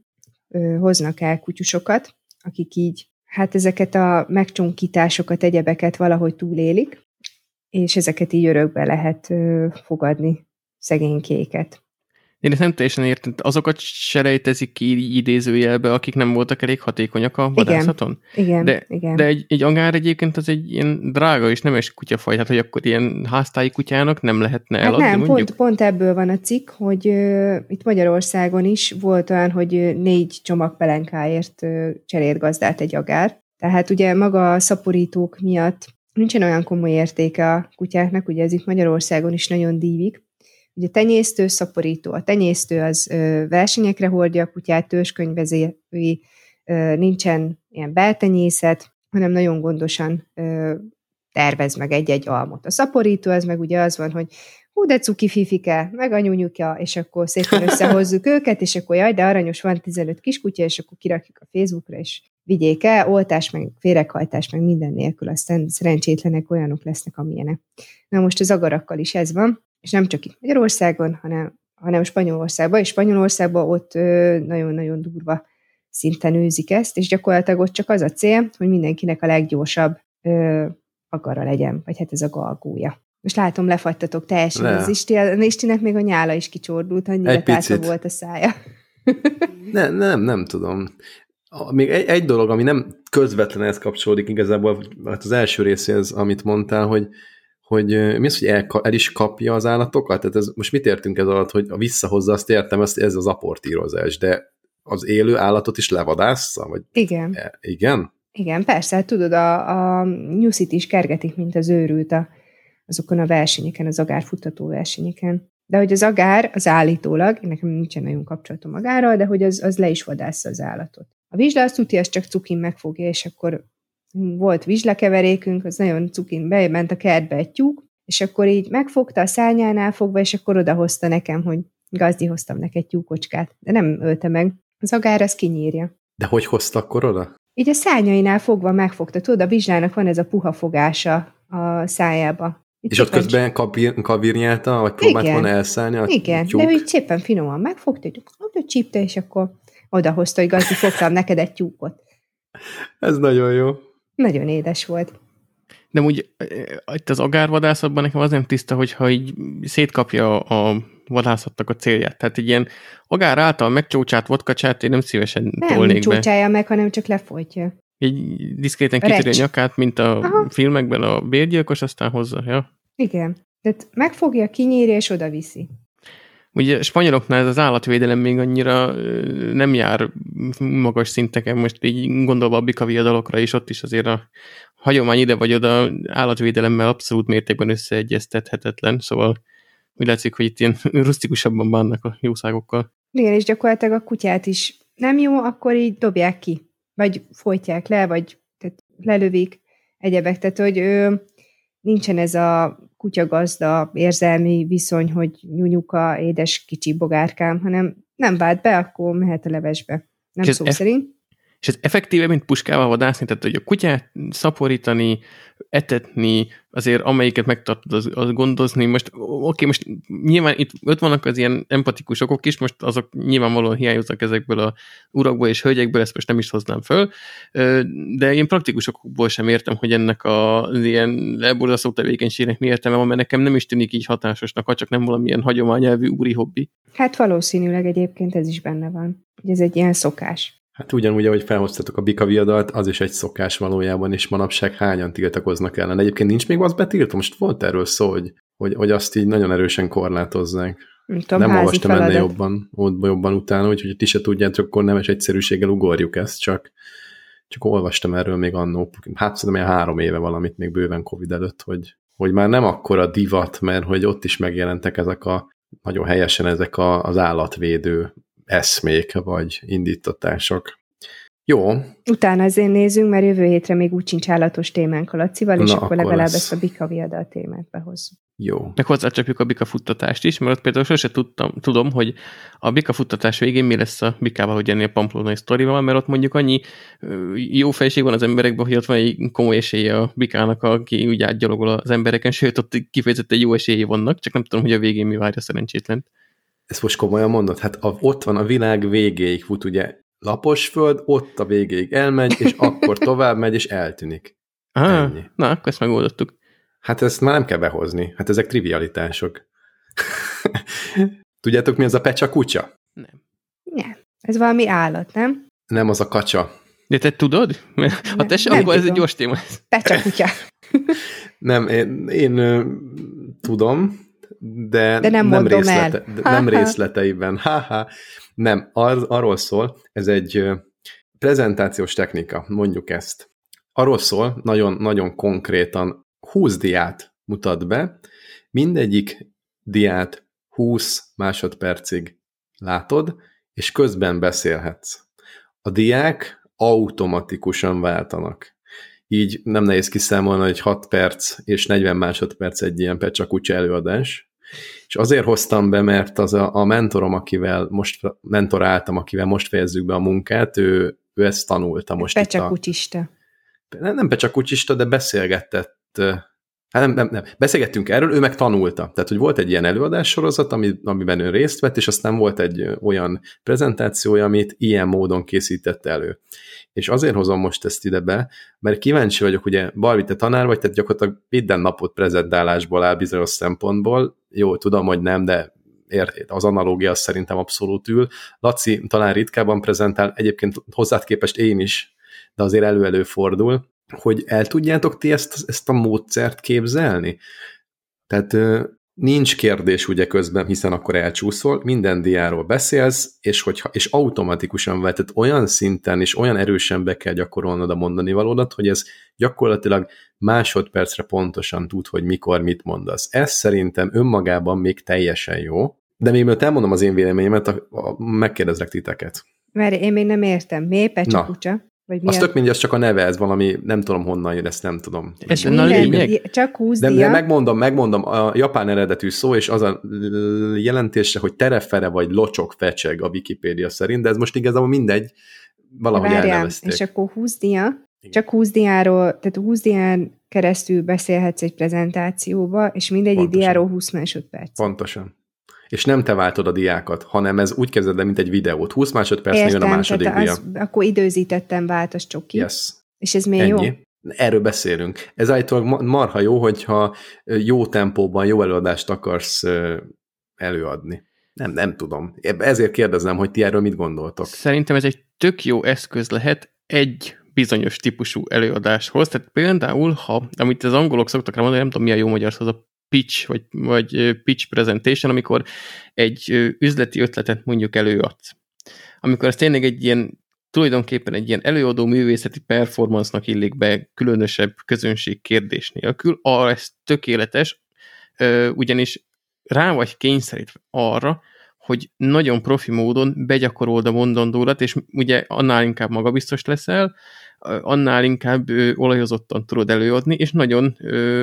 hoznak el kutyusokat, akik így hát ezeket a megcsonkításokat, egyebeket valahogy túlélik, és ezeket így örökbe lehet ö, fogadni, szegénykéket. Én ezt nem teljesen értem. Azokat selejtezik ki idézőjelbe, akik nem voltak elég hatékonyak a vadászaton? Igen, de, igen. De egy, egy agár egyébként az egy ilyen drága és nemes kutyafaj, hát hogy akkor ilyen háztáji kutyának nem lehetne hát eladni, nem, mondjuk? pont, pont ebből van a cikk, hogy uh, itt Magyarországon is volt olyan, hogy uh, négy csomag pelenkáért uh, cserélt gazdát egy agár. Tehát ugye maga a szaporítók miatt nincsen olyan komoly értéke a kutyáknak, ugye ez itt Magyarországon is nagyon dívik. Ugye tenyésztő, szaporító. A tenyésztő az ö, versenyekre hordja a kutyát, törzskönyvvezői, ö, nincsen ilyen beltenyészet, hanem nagyon gondosan ö, tervez meg egy-egy almot. A szaporító az meg ugye az van, hogy hú, de cuki fifike, meg anyunyukja, és akkor szépen összehozzuk őket, és akkor jaj, de aranyos, van tizenöt kiskutya, és akkor kirakjuk a Facebookra, és vigyék el, oltás, meg féreghajtás, meg minden nélkül, aztán szerencsétlenek olyanok lesznek, amilyenek. Na most az agarakkal is ez van, és nem csak itt Magyarországon, hanem, hanem Spanyolországban, és Spanyolországban ott ö, nagyon-nagyon durva szinten őzik ezt, és gyakorlatilag ott csak az a cél, hogy mindenkinek a leggyorsabb ö, agara legyen, vagy hát ez a galgója. Most látom, lefagytatok teljesen Le. az Isti, az Istinek még a nyála is kicsordult, annyira tátva volt a szája. ne, nem, nem tudom. Még egy, egy dolog, ami nem közvetlenül ezt kapcsolódik igazából, hát az első részéhez, amit mondtál, hogy hogy mi az, hogy el, el is kapja az állatokat? Tehát ez, most mit értünk ez alatt, hogy a visszahozza, azt értem, ez, ez az aportírozás, de az élő állatot is levadásza? Vagy igen. E, igen? Igen, persze, hát tudod, a, a nyuszit is kergetik, mint az őrült a, azokon a versenyeken, az agárfuttató versenyeken. De hogy az agár, az állítólag, nekem nincsen nagyon kapcsolatom agárral, de hogy az, az le is vadásza az állatot. A vizsla azt tudja, az csak cukin megfogja, és akkor volt vizslakeverékünk, az nagyon cukin bement a kertbe egy tyúk, és akkor így megfogta a szárnyánál fogva, és akkor odahozta nekem, hogy gazdi, hoztam neked tyúkocskát. De nem ölte meg. Az agár az kinyírja. De hogy hozta akkor oda? Így a szárnyainál fogva megfogta. Tudod, a vizslának van ez a puha fogása a szájába. Itt és ott közben kabir, kavirnyálta, vagy próbált volna elszállni a Igen, tyúk? de úgy szépen finoman megfogta, hogy csípte, és akkor odahozta, hogy gazdi, fogtam neked egy tyúkot. Ez nagyon jó. Nagyon édes volt. De úgy itt az agárvadászatban nekem az nem tiszta, hogyha így szétkapja a vadászatnak a célját. Tehát egy ilyen agár által megcsócsált vodkacsát én nem szívesen nem tolnék be. Nem csócsálja meg, hanem csak lefolytja. Így diszkréten kitöri a nyakát, mint a Aha. filmekben a bérgyilkos, aztán hozza, ja? Igen. Tehát megfogja, kinyírja, és oda viszi. Ugye a spanyoloknál ez az állatvédelem még annyira nem jár magas szinteken, most így gondolva a bikaviadalokra is, ott is azért a hagyomány ide vagy oda állatvédelemmel abszolút mértékben összeegyeztethetetlen, szóval úgy látszik, hogy itt ilyen rustikusabban bánnak a jószágokkal. Igen, és gyakorlatilag a kutyát is nem jó, akkor így dobják ki, vagy folytják le, vagy tehát lelövik egyebek, tehát hogy ő, nincsen ez a kutyagazda érzelmi viszony, hogy nyunyuka, édes kicsi bogárkám, hanem nem vált be, akkor mehet a levesbe. Nem szó eff- szerint. És ez effektíve, mint puskával vadászni, tehát hogy a kutyát szaporítani, etetni, azért amelyiket megtartod, az, az gondozni. Most oké, most nyilván itt ott vannak az ilyen empatikus okok is, most azok nyilvánvalóan hiányoznak ezekből a urakból és hölgyekből, ezt most nem is hoznám föl, de én praktikus okokból sem értem, hogy ennek az ilyen leborzasztó tevékenységnek mi értelme van, mert nekem nem is tűnik így hatásosnak, ha csak nem valamilyen hagyományelvű úri hobbi. Hát valószínűleg egyébként ez is benne van, hogy ez egy ilyen szokás. Hát ugyanúgy, ahogy felhoztatok a bikaviadalt, az is egy szokás valójában, és manapság hányan tiltakoznak ellen. Egyébként nincs még az betiltva? Most volt erről szó, hogy, hogy, hogy azt így nagyon erősen korlátozzák. Nem, tudom, nem olvastam ennél jobban, jobban utána, úgyhogy ti se tudjátok, akkor nemes egyszerűséggel ugorjuk ezt, csak, csak olvastam erről még annó, hát szerintem ilyen három éve valamit még bőven Covid előtt, hogy, hogy már nem akkora divat, mert hogy ott is megjelentek ezek a, nagyon helyesen ezek a, az állatvédő eszmék, vagy indítatások. Jó. Utána azért nézzünk, mert jövő hétre még úgy sincs állatos témánk a Lacival, és Na, akkor, akkor legalább lesz. Ezt a bikaviadal témát behozzuk. Jó. Meg hozzácsapjuk a bikafuttatást is, mert ott például sose tudtam, tudom, hogy a bikafuttatás végén mi lesz a bikával, hogy ennél a pamplonai sztorival, mert ott mondjuk annyi jó fejség van az emberekben, hogy ott van egy komoly esélye a bikának, aki úgy átgyalogol az embereken, sőt, ott kifejezetten jó esélye vannak, csak nem tudom, hogy a végén mi várja szerencsétlen. Ezt most komolyan mondod? Hát a, ott van a világ végéig fut, ugye lapos föld, ott a végéig elmegy, és akkor tovább megy, és eltűnik. Aha, na, akkor ezt megoldottuk. Hát ezt már nem kell behozni. Hát ezek trivialitások. Tudjátok, mi az a pecsa kutya? Nem. Nem. Ez valami állat, nem? Nem, az a kacsa. De te tudod? Ha te sem, akkor ez egy gyors téma. Pecsa kutya. nem, én, én ö, tudom, de, de nem, nem, részlete, de nem részleteiben. Ha-ha. Nem, ar- arról szól, ez egy prezentációs technika, mondjuk ezt. Arról szól, nagyon, nagyon konkrétan húsz diát mutat be, mindegyik diát húsz másodpercig látod, és közben beszélhetsz. A diák automatikusan váltanak. Így nem nehéz kiszámolni, hogy hat perc és negyven másodperc egy ilyen pecsa kutya előadás. És azért hoztam be, mert az a, a mentorom, akivel most mentoráltam, akivel most fejezzük be a munkát, ő, ő ezt tanulta most pecsa itt a... kutyista. Nem, nem pecsa kutyista, de beszélgetett, hát nem, nem, nem, beszélgettünk erről, ő meg tanulta. Tehát, hogy volt egy ilyen előadássorozat, ami, amiben ő részt vett, és aztán volt egy olyan prezentációja, amit ilyen módon készített elő. És azért hozom most ezt ide be, mert kíváncsi vagyok, ugye, Barbi, te tanár vagy, tehát gyakorlatilag minden napot prezentálásból áll bizonyos szempontból. Jó, tudom, hogy nem, de az analógia szerintem abszolút ül. Laci talán ritkában prezentál, egyébként hozzád képest én is, de azért elő-elő fordul, hogy el tudjátok ti ezt, ezt a módszert képzelni? Tehát nincs kérdés ugye közben, hiszen akkor elcsúszol, minden diáról beszélsz, és, hogyha, és automatikusan vagy, tehát olyan szinten és olyan erősen be kell gyakorolnod a mondani valódat, hogy ez gyakorlatilag másodpercre pontosan tud, hogy mikor mit mondasz. Ez szerintem önmagában még teljesen jó, de még mielőtt elmondom az én véleményemet, a, a, megkérdezlek titeket. Várj, én még nem értem. Mi? Pecsa-kucsa? Vagy az tök mindegy, csak a neve, ez valami, nem tudom honnan jön, ezt nem tudom. Ez a lényeg? Csak húsz de, dia. de megmondom, megmondom, a japán eredetű szó, és az a jelentése, hogy terefere vagy locsok fecseg a Wikipédia szerint, de ez most igazából mindegy, valahogy Várjál, elnevezték. És akkor húsz dia, csak húsz diáról, tehát húsz dián keresztül beszélhetsz egy prezentációba, és mindegyik Pontosan. diáról húsz másodperc. Pontosan. És nem te váltod a diákat, hanem ez úgy kezded el, mint egy videót. húsz másodpercnél jön a második tehát dia. Az, akkor időzítettem váltas csoki. Yes. És ez még Ennyi. jó? Erről beszélünk. Ez állítólag marha jó, hogyha jó tempóban jó előadást akarsz előadni. Nem, nem tudom. Ezért kérdezem, hogy ti erről mit gondoltok. Szerintem ez egy tök jó eszköz lehet egy bizonyos típusú előadáshoz. Tehát például, ha, amit az angolok szoktak rá mondani, nem tudom mi a jó magyar szó, az a pitch, vagy, vagy pitch presentation, amikor egy üzleti ötletet mondjuk előadsz. Amikor ez tényleg egy ilyen, tulajdonképpen egy ilyen előadó művészeti performance-nak illik be különösebb közönség kérdés nélkül, arra ez tökéletes, ugyanis rá vagy kényszerítve arra, hogy nagyon profi módon begyakorold a mondandódat, és ugye annál inkább magabiztos leszel, annál inkább olajozottan tudod előadni, és nagyon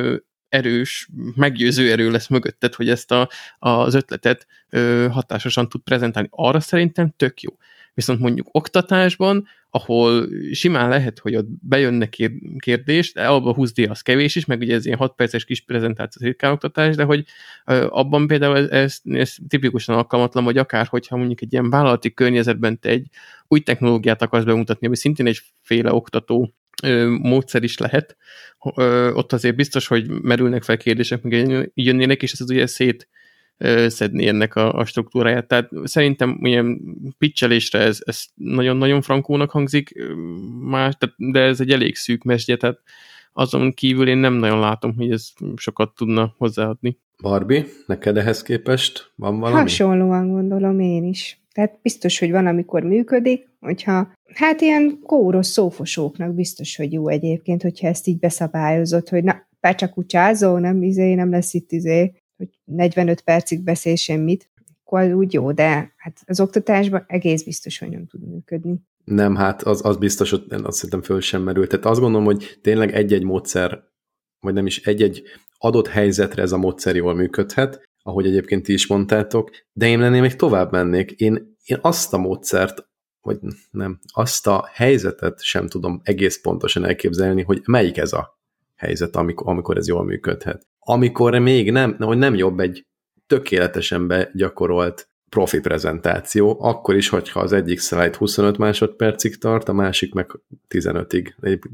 erős, meggyőző erő lesz mögötted, hogy ezt a, az ötletet ö, hatásosan tud prezentálni. Arra szerintem tök jó. Viszont mondjuk oktatásban, ahol simán lehet, hogy ott bejönne kérdés, de abban húsz dia az kevés is, meg ugye ez ilyen hat perces kis prezentáció ritkán oktatás, de hogy ö, abban például ez, ez, ez tipikusan alkalmatlan, vagy akár, hogyha mondjuk egy ilyen vállalati környezetben te egy új technológiát akarsz bemutatni, ami szintén egyféle oktató módszer is lehet. Ott azért biztos, hogy merülnek fel kérdések, meg jönnének, és ez ugye szét szedni ennek a, a struktúráját. Tehát szerintem ilyen pitchelésre ez, ez nagyon-nagyon frankónak hangzik, más, de ez egy elég szűk mesdje, tehát azon kívül én nem nagyon látom, hogy ez sokat tudna hozzáadni. Barbie, neked ehhez képest van valami? Hasonlóan gondolom én is. Tehát biztos, hogy van, amikor működik, hogyha, hát ilyen kóros szófosóknak biztos, hogy jó egyébként, hogyha ezt így beszabályozott, hogy na, pecsakucsázó, nem, izé, nem lesz itt izé, hogy negyvenöt percig beszél semmit, akkor úgy jó, de hát az oktatásban egész biztos, hogy nem tud működni. Nem, hát az, az biztos, hogy azt szerintem föl sem merült. Tehát azt gondolom, hogy tényleg egy-egy módszer, vagy nem is egy-egy adott helyzetre ez a módszer jól működhet, ahogy egyébként ti is mondtátok, de én lennél még tovább mennék. Én, én azt a módszert, vagy nem, azt a helyzetet sem tudom egész pontosan elképzelni, hogy melyik ez a helyzet, amikor, amikor ez jól működhet. Amikor még nem, hogy nem jobb egy tökéletesen begyakorolt profi prezentáció, akkor is, hogyha az egyik slide huszonöt másodpercig tart, a másik meg tizenötig.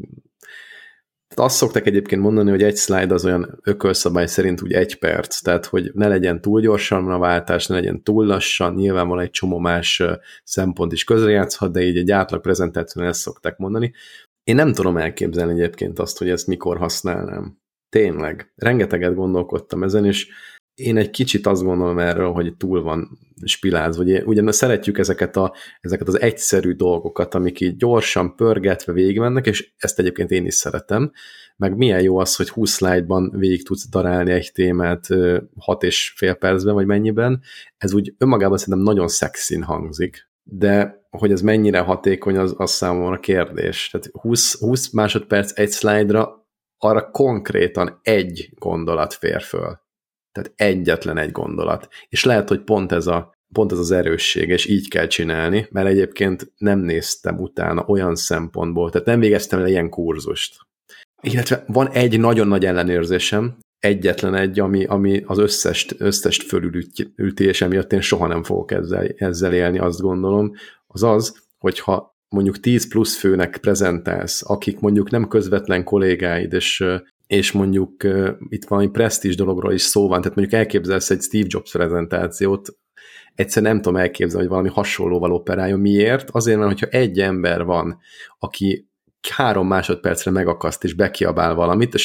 Azt szokták egyébként mondani, hogy egy slide az olyan ökölszabály szerint úgy egy perc, tehát hogy ne legyen túl gyorsan a váltás, ne legyen túl lassan, nyilván van egy csomó más szempont is közrejátszhat, de így egy átlag prezentáción ezt szokták mondani. Én nem tudom elképzelni egyébként azt, hogy ezt mikor használnám. Tényleg. Rengeteget gondolkodtam ezen, és én egy kicsit azt gondolom erről, hogy túl van spilázva. Ugye, ugyan szeretjük ezeket, a, ezeket az egyszerű dolgokat, amik így gyorsan, pörgetve végigmennek, és ezt egyébként én is szeretem. Meg milyen jó az, hogy húsz slide-ban végig tudsz darálni egy témát hat és fél percben, vagy mennyiben. Ez úgy önmagában szerintem nagyon szexin hangzik. De hogy ez mennyire hatékony, az, az számomra kérdés. Tehát húsz, húsz másodperc egy slide-ra, arra konkrétan egy gondolat fér föl. Tehát egyetlen egy gondolat. És lehet, hogy pont ez, a, pont ez az erősség, és így kell csinálni, mert egyébként nem néztem utána olyan szempontból, tehát nem végeztem el ilyen kurzust. Illetve van egy nagyon nagy ellenérzésem, egyetlen egy, ami, ami az összest, összest fölülütése miatt én soha nem fogok ezzel, ezzel élni, azt gondolom, az az, hogyha mondjuk tíz plusz főnek prezentálsz, akik mondjuk nem közvetlen kollégáid, és, és mondjuk uh, itt valami presztízs dologról is szó van, tehát mondjuk elképzelsz egy Steve Jobs prezentációt, egyszerűen nem tudom elképzelni, hogy valami hasonlóval operáljon. Miért? Azért, mert hogyha egy ember van, aki három másodpercre megakaszt és bekiabál valamit, és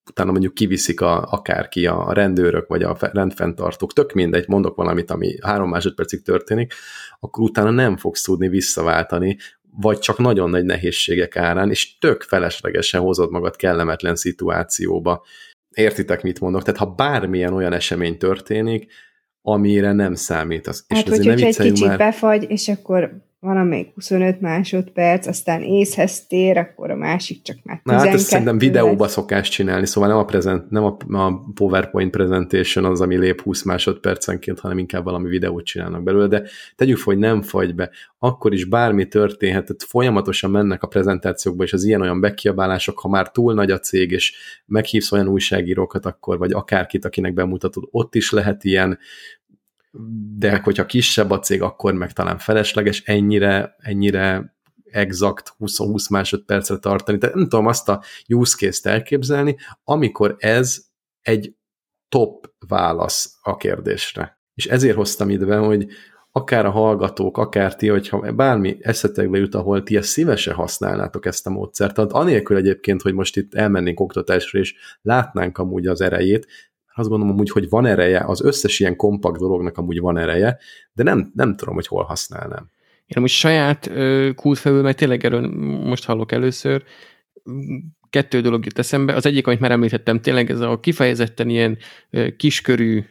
utána mondjuk kiviszik a, akárki, a rendőrök, vagy a rendfenntartók, tök mindegy, mondok valamit, ami három másodpercig történik, akkor utána nem fogsz tudni visszaváltani, vagy csak nagyon nagy nehézségek árán, és tök feleslegesen hozod magad kellemetlen szituációba. Értitek, mit mondok? Tehát ha bármilyen olyan esemény történik, amire nem számít. Az, hát, és hogy ne egy kicsit már... befagy, és akkor valamelyik huszonöt másodperc, aztán észhez tér, akkor a másik csak már tizenkettő. Na, hát ezt szerintem videóba szokás csinálni, szóval nem a, prezent, nem a, a PowerPoint presentation az, ami lép húsz másodpercenként, hanem inkább valami videót csinálnak belőle, de tegyük fel, hogy nem fagy be, akkor is bármi történhet, tehát folyamatosan mennek a prezentációkba, és az ilyen-olyan bekiabálások, ha már túl nagy a cég, és meghívsz olyan újságírókat akkor, vagy akárkit, akinek bemutatod, ott is lehet ilyen, de hogyha kisebb a cég, akkor meg talán felesleges ennyire, ennyire exakt húsz másodpercre tartani. Tehát nem tudom azt a use case-t elképzelni, amikor ez egy top válasz a kérdésre. És ezért hoztam ide be, hogy akár a hallgatók, akár ti, hogyha bármi eszetekbe jut, ahol ti ezt szívesen használnátok ezt a módszert, tehát anélkül egyébként, hogy most itt elmennénk oktatásra, és látnánk amúgy az erejét, azt gondolom amúgy, hogy van ereje, az összes ilyen kompakt dolognak amúgy van ereje, de nem, nem tudom, hogy hol használnám. Én most saját kultfelül, mert tényleg erről most hallok először, kettő dolog jut eszembe. Az egyik, amit már említettem, tényleg ez a kifejezetten ilyen kiskörű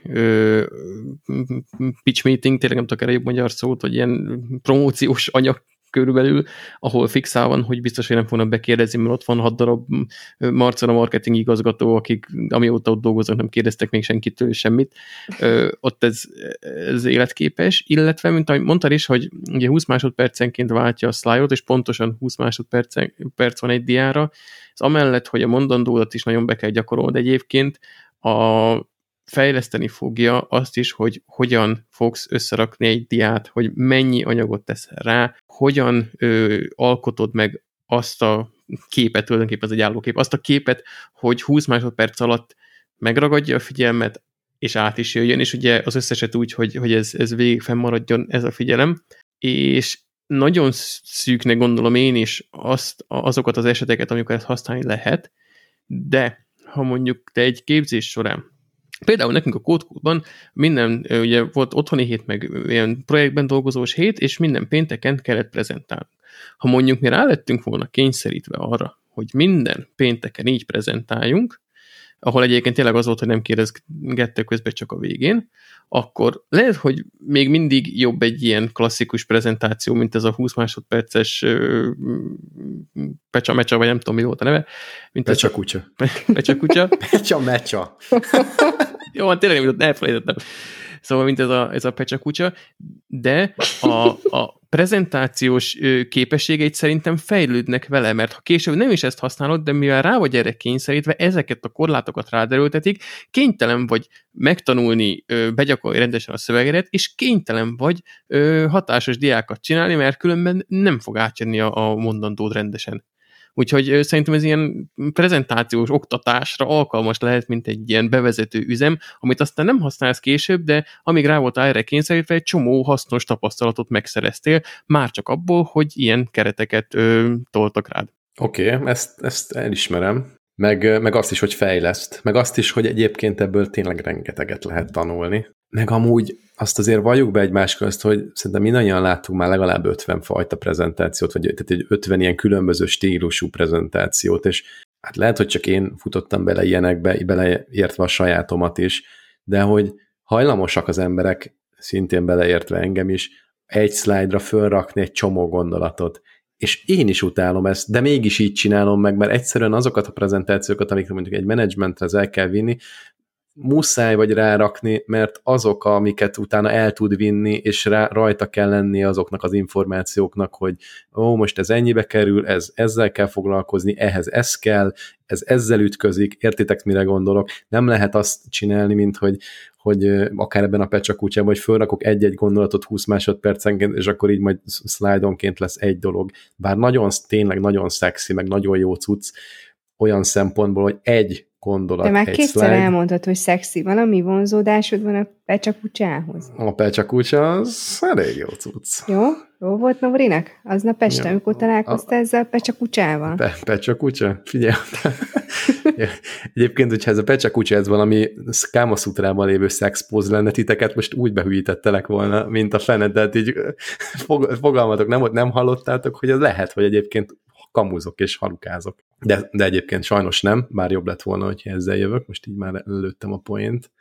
pitch meeting, tényleg nem tudok erre jobb magyar szót, hogy ilyen promóciós anyag körülbelül, ahol fixál van, hogy biztos, hogy nem fognak bekérdezni, mert ott van hat darab Marcon a marketing igazgató, akik amióta ott dolgoznak, nem kérdeztek még senkitől semmit. Ö, ott ez, ez életképes, illetve, mint ahogy mondtad is, hogy ugye húsz másodpercenként váltja a szlájdot, és pontosan húsz másodperc perc van egy diára. Ez amellett, hogy a mondandódat is nagyon be kell gyakorolni, egyébként a fejleszteni fogja azt is, hogy hogyan fogsz összerakni egy diát, hogy mennyi anyagot teszel rá, hogyan ö, alkotod meg azt a képet, tulajdonképpen ez egy állókép, azt a képet, hogy húsz másodperc alatt megragadja a figyelmet, és át is jöjjön, és ugye az összeset úgy, hogy, hogy ez, ez végig fennmaradjon ez a figyelem, és nagyon szűknek gondolom én is azt, azokat az eseteket, amikor ezt használni lehet, de ha mondjuk te egy képzés során például nekünk a Code-ban minden, ugye volt otthoni hét, meg ilyen projektben dolgozós hét, és minden pénteken kellett prezentálni. Ha mondjuk mi rá lettünk volna kényszerítve arra, hogy minden pénteken így prezentáljunk, ahol egyébként tényleg az volt, hogy nem kérdezgettek közben csak a végén, akkor lehet, hogy még mindig jobb egy ilyen klasszikus prezentáció, mint ez a húsz másodperces pecsa-mecsa, vagy nem tudom, mi volt a neve. Pecsa-kutya. Pecsa-kutya. Pecsa-mecsa. Jó, van, tényleg nem elfelejtettem. Szóval, mint ez a, ez a pecsa-kutya, de a, a prezentációs képességeit szerintem fejlődnek vele, mert ha később nem is ezt használod, de mivel rá vagy erre kényszerítve, ezeket a korlátokat ráderültetik, kénytelen vagy megtanulni, begyakorolni rendesen a szövegedet, és kénytelen vagy hatásos diákat csinálni, mert különben nem fog átjönni a, a mondandód rendesen. Úgyhogy szerintem ez ilyen prezentációs oktatásra alkalmas lehet, mint egy ilyen bevezető üzem, amit aztán nem használsz később, de amíg rá voltál erre kényszerítve, egy csomó hasznos tapasztalatot megszereztél, már csak abból, hogy ilyen kereteket ö, toltak rád. Oké, okay, ezt, ezt elismerem. Meg, meg azt is, hogy fejleszt. Meg azt is, hogy egyébként ebből tényleg rengeteget lehet tanulni. Meg amúgy azt azért valljuk be egymás közt, hogy szerintem mindannyian láttuk már legalább ötven fajta prezentációt, vagy tehát egy ötven ilyen különböző stílusú prezentációt, és hát lehet, hogy csak én futottam bele ilyenekbe, beleértve a sajátomat is, de hogy hajlamosak az emberek, szintén beleértve engem is, egy szlájdra fölrakni egy csomó gondolatot. És én is utálom ezt, de mégis így csinálom meg, mert egyszerűen azokat a prezentációkat, amikre mondjuk egy menedzsmentre el kell vinni, muszáj vagy rárakni, mert azok, amiket utána el tud vinni, és rá, rajta kell lenni azoknak az információknak, hogy ó, most ez ennyibe kerül, ez ezzel kell foglalkozni, ehhez ez kell, ez ezzel ütközik, értitek, mire gondolok? Nem lehet azt csinálni, mint hogy, hogy akár ebben a pecsakutyában, hogy fölrakok egy-egy gondolatot húsz másodpercenként, és akkor így majd szlájdonként lesz egy dolog. Bár nagyon, tényleg nagyon szexi, meg nagyon jó cucc, olyan szempontból, hogy egy gondolat, de már egy kétszer slide. elmondtad, hogy szexi. Valami vonzódásod van a pecsakutyához? A pecsakutya az elég jó cucc. Jó? Jó volt Norinak? Aznap Pesten, Ja, amikor találkoztál a- ezzel a Pecsa kucsával? Pe- Pecsa kutya? Figyelj! Egyébként, hogyha ez a Pecsa kutya, ez valami Kámaszútrában lévő szexpóz lenne, titeket most úgy behűítettelek volna, mint a fene, tehát így fog, fogalmatok, nem, nem hallottátok, hogy ez lehet, hogy egyébként kamuzok és halukázok. De, de egyébként sajnos nem, bár jobb lett volna, hogyha ezzel jövök, most így már lőttem a poént.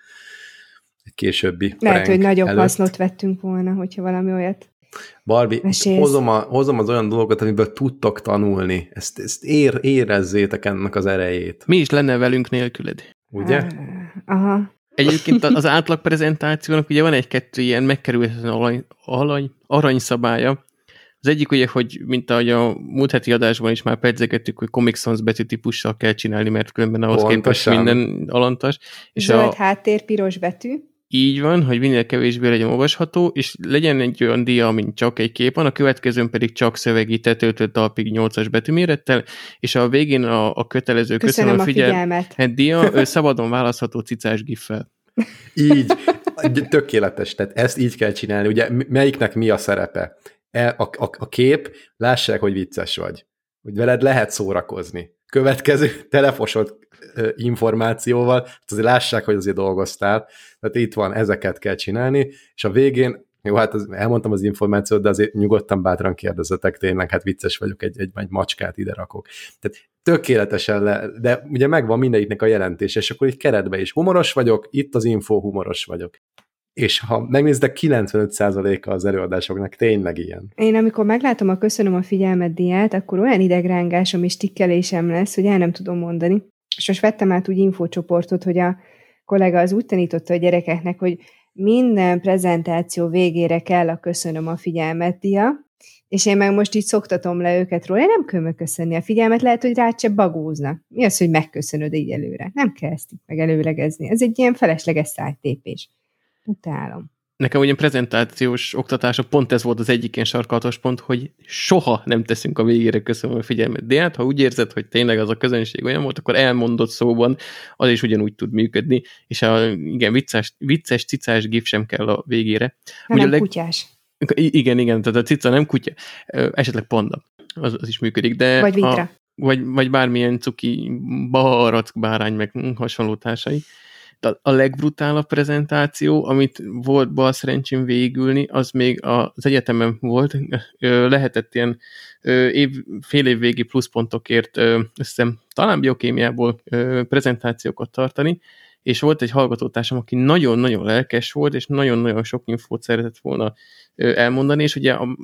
Egy későbbi Lehet, hogy nagyobb előtt. hasznot vettünk volna, hogyha valami olyat. Barbie, Mesélsz. hozom, a, hozom az olyan dolgokat, amiből tudtok tanulni. Ezt, ezt ér, érezzétek ennek az erejét. Mi is lenne velünk nélküled? Ugye? Ah, aha. Egyébként az átlag prezentációnak ugye van egy-kettő ilyen megkerülhetetlen alany, alany, aranyszabálya. Az egyik ugye, hogy mint ahogy a múlt heti adásban is már pedzegettük, hogy Comic Sans betűtípussal kell csinálni, mert különben ahhoz képest minden alantas. És Zöld a, háttér, piros betű. így van, hogy minél kevésbé legyen olvasható, és legyen egy olyan dia, amin csak egy kép van, a következőn pedig csak szövegi tetőtől talpig nyolcas betűmérettel, és a végén a, a kötelező Köszönöm, köszönöm a figyelmet. figyelmet dia ő szabadon választható cicás giffel. Így, tökéletes, tehát ezt így kell csinálni. Ugye melyiknek mi a szerepe? A, a, a kép, lássák, hogy vicces vagy. Hogy veled lehet szórakozni. Következő telefosod információval, azért lássák, hogy azért dolgoztál. Tehát itt van, ezeket kell csinálni, és a végén, jó, hát az, elmondtam az információt, de azért nyugodtan bátran kérdezzetek, tényleg, hát vicces vagyok, egy, egy, egy macskát ide rakok. Tehát tökéletesen le, de ugye megvan mindegyiknek a jelentés, és akkor így keretbe is humoros vagyok, itt az info, humoros vagyok. És ha megnéztek, kilencvenöt százaléka az előadásoknak tényleg ilyen. Én amikor meglátom a köszönöm a figyelmet diát, akkor olyan idegrángásom és tikkelésem lesz, hogy el nem tudom mondani. És most vettem át úgy infócsoportot, hogy a kollega az úgy tanította a gyerekeknek, hogy minden prezentáció végére kell a köszönöm a figyelmet dia, és én meg most így szoktatom le őket róla, én nem kell megköszönni a figyelmet, lehet, hogy rád se bagóznak. Mi az, hogy megköszönöd így előre? Nem kell ezt így megelőlegezni. Ez egy ilyen felesleges szájtépés. Utálom. Nekem ugye prezentációs oktatása pont ez volt az egyik ilyen sarkalatos pont, hogy soha nem teszünk a végére köszönöm a figyelmet. De hát, ha úgy érzed, hogy tényleg az a közönség olyan volt, akkor elmondott szóban az is ugyanúgy tud működni, és a igen, vicces, vicces cicás gif sem kell a végére. Nem leg... kutyás. Igen, igen, tehát a cica nem kutya, esetleg panda, az, az is működik. De vagy vitra. A, vagy, vagy bármilyen cuki barack, bárány, meg hasonló társai. De a legbrutálabb prezentáció, amit volt bal szerencsém végülni, az még az egyetemen volt, lehetett ilyen év, fél év végi pluszpontokért, azt hiszem, talán biokémiából prezentációkat tartani, és volt egy hallgatótársam, aki nagyon-nagyon lelkes volt, és nagyon-nagyon sok infót szeretett volna elmondani, és ugye a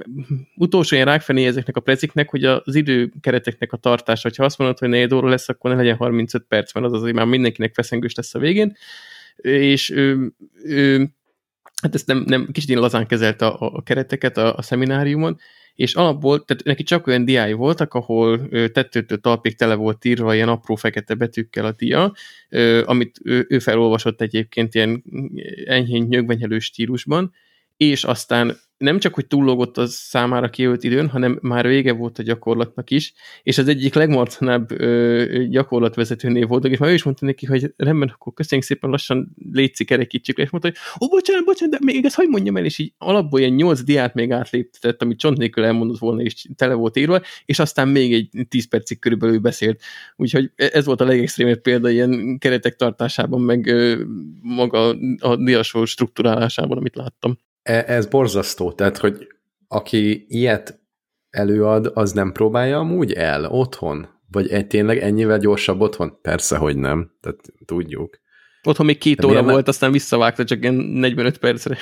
utolsó ilyen rákfené ezeknek a preziknek, hogy az időkereteknek a tartása, hogyha azt mondod, hogy negyed óra lesz, akkor ne legyen harmincöt perc, mert az azért már mindenkinek feszengős lesz a végén, és ő, ő, hát ezt nem, nem kicsit én lazán kezelte a, a kereteket a, a szemináriumon, és alapból, tehát neki csak olyan diái voltak, ahol tettőtől talpig tele volt írva ilyen apró fekete betűkkel a dia, amit ő, ő felolvasott egyébként ilyen enyhén nyögvenyelő stílusban, és aztán nem csak, hogy túllogott az számára kiölt időn, hanem már vége volt a gyakorlatnak is, és az egyik legmarcanább ö, gyakorlatvezetőnél voltak, és már ő is mondta neki, hogy rendben, akkor köszönjük szépen, lassan létszik, kerekítsük le, és mondta, hogy ó, bocsánat, bocsánat, de még ezt hogy mondjam el, és így alapból ilyen nyolc diát még átléptetett, amit csont nélkül elmondott volna, és tele volt írva, és aztán még egy tíz percig körülbelül beszélt. Úgyhogy ez volt a legextrémebb példa ilyen keretek tartásában, meg ö, maga a diasor struktúrálásában, amit láttam. Ez borzasztó, tehát, hogy aki ilyet előad, az nem próbálja amúgy el otthon? Vagy egy, tényleg ennyivel gyorsabb otthon? Persze, hogy nem, tehát tudjuk. Otthon még két de óra volt, nem... aztán visszavágta csak ilyen negyvenöt percre.